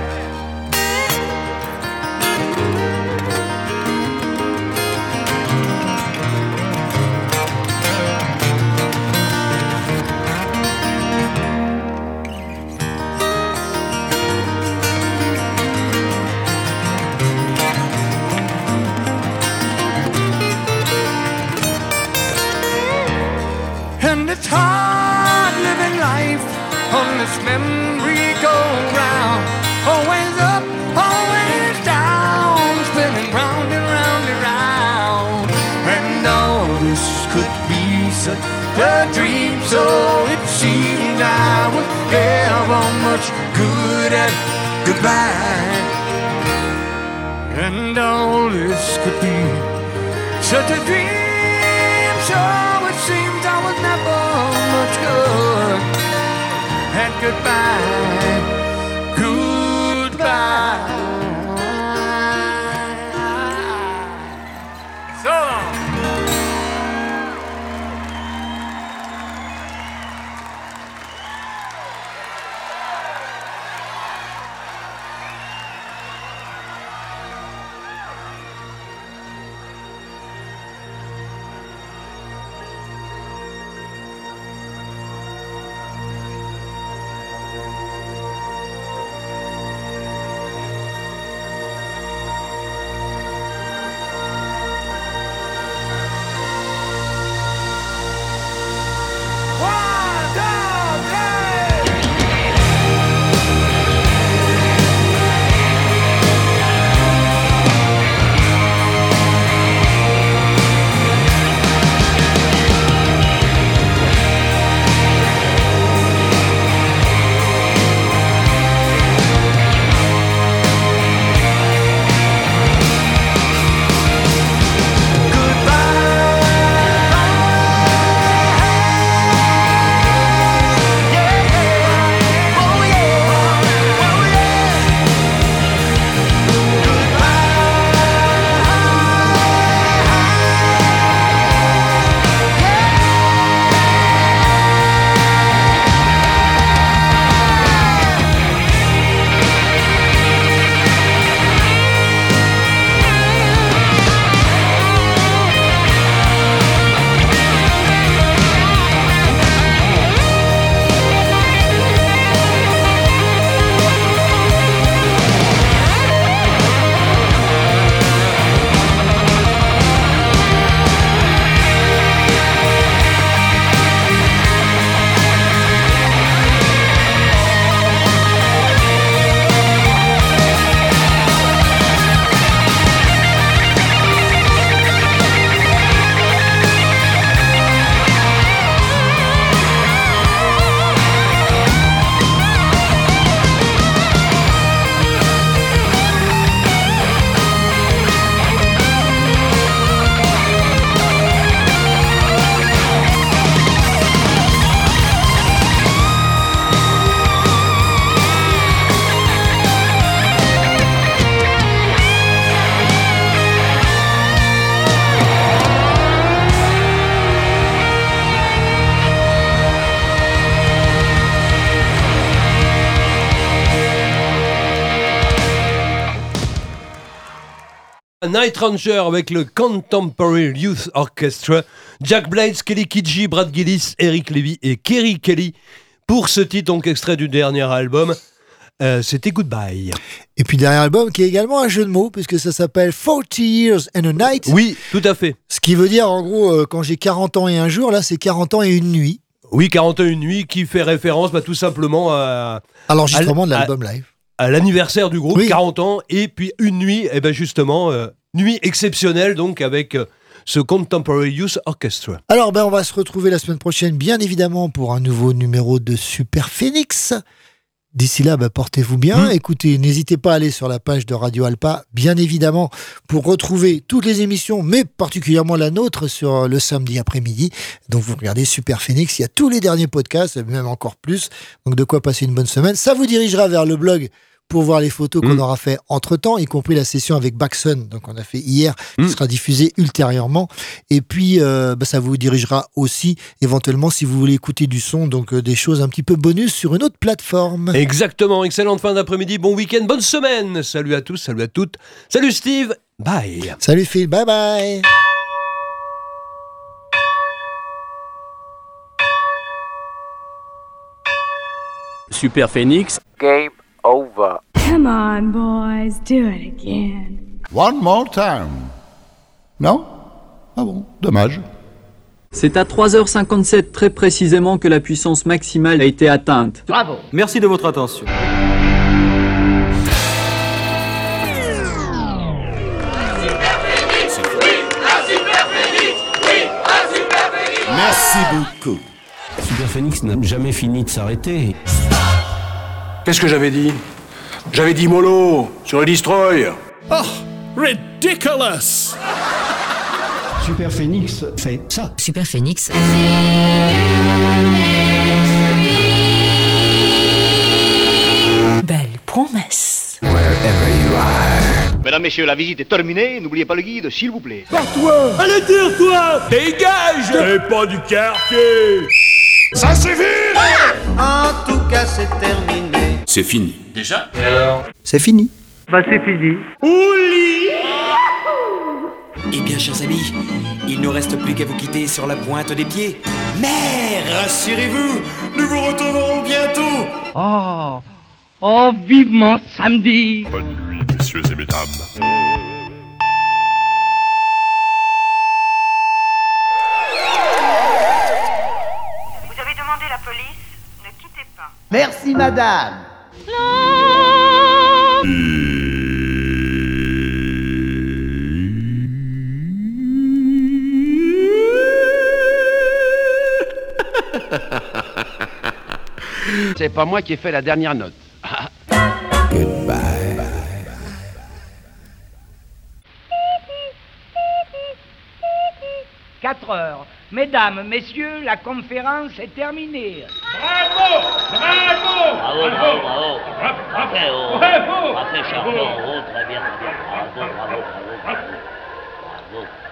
And it's hard living life on this merry-go-round, always up, always down, spinning round and round and round. And all this could be such a dream, so it seemed I was never much good at goodbye. And all this could be such a dream, so it seems I was never much good at goodbye. Goodbye. So long. Night Ranger avec le Contemporary Youth Orchestra, Jack Blades, Kelly Kidji, Brad Gillis, Eric Levy et Kerry Kelly pour ce titre, donc extrait du dernier album. Euh, c'était Goodbye. Et puis dernier album qui est également un jeu de mots puisque ça s'appelle forty years and a Night. Oui, tout à fait. Ce qui veut dire en gros euh, quand j'ai quarante ans et un jour, là c'est quarante ans et une nuit. Oui, quarante et une nuits qui fait référence bah, tout simplement à, à l'enregistrement à, de l'album live. À l'anniversaire du groupe, oui. quarante ans, et puis une nuit, et ben justement, euh, nuit exceptionnelle donc avec euh, ce Contemporary Youth Orchestra. Alors ben on va se retrouver la semaine prochaine bien évidemment pour un nouveau numéro de Super Phoenix. D'ici là, bah, portez-vous bien. Mmh. Écoutez, n'hésitez pas à aller sur la page de Radio Alpa, bien évidemment, pour retrouver toutes les émissions, mais particulièrement la nôtre sur le samedi après-midi. Donc, vous regardez Super Phoenix, il y a tous les derniers podcasts, même encore plus. Donc, de quoi passer une bonne semaine. Ça vous dirigera vers le blog pour voir les photos mmh. qu'on aura fait entre-temps, y compris la session avec Baxon, donc on a fait hier, mmh. qui sera diffusée ultérieurement. Et puis, euh, bah, ça vous dirigera aussi, éventuellement, si vous voulez écouter du son, donc euh, des choses un petit peu bonus sur une autre plateforme. Exactement, excellente fin d'après-midi, bon week-end, bonne semaine. Salut à tous, salut à toutes. Salut Steve, bye. Salut Phil, bye bye. Super Phoenix. Game over. Come on, boys, do it again. One more time. Non? Ah bon, dommage. C'est à trois heures cinquante-sept très précisément que la puissance maximale a été atteinte. Bravo. Merci de votre attention. Merci beaucoup. Super Phoenix n'a jamais fini de s'arrêter. Qu'est-ce que j'avais dit? J'avais dit mollo sur le Destroy. Oh, ridiculous! Super Phoenix fait ça. Super Phoenix. Belle promesse. Wherever you are. Mesdames, messieurs, la visite est terminée. N'oubliez pas le guide, s'il vous plaît. Pars-toi! Allez, tire-toi! Dégage! T'es pas du quartier! Ça suffit! En tout cas, c'est terminé. C'est fini. Déjà? C'est fini. Bah, c'est fini. Ouli! Eh bien, chers amis, il ne reste plus qu'à vous quitter sur la pointe des pieds. Mais rassurez-vous, nous vous retrouverons bientôt. Oh, oh, vivement samedi. Bonne nuit, messieurs et mesdames. Vous avez demandé la police, ne quittez pas. Merci, madame. C'est pas moi qui ai fait la dernière note. Goodbye. Quatre heures. Mesdames, messieurs, la conférence est terminée. Bravo! Bravo! Bravo, bravo, bravo. Parfait, oh. Bravo! Parfait, champion. Oh, très bien, très bien. Bravo, bravo, bravo, bravo. Bravo.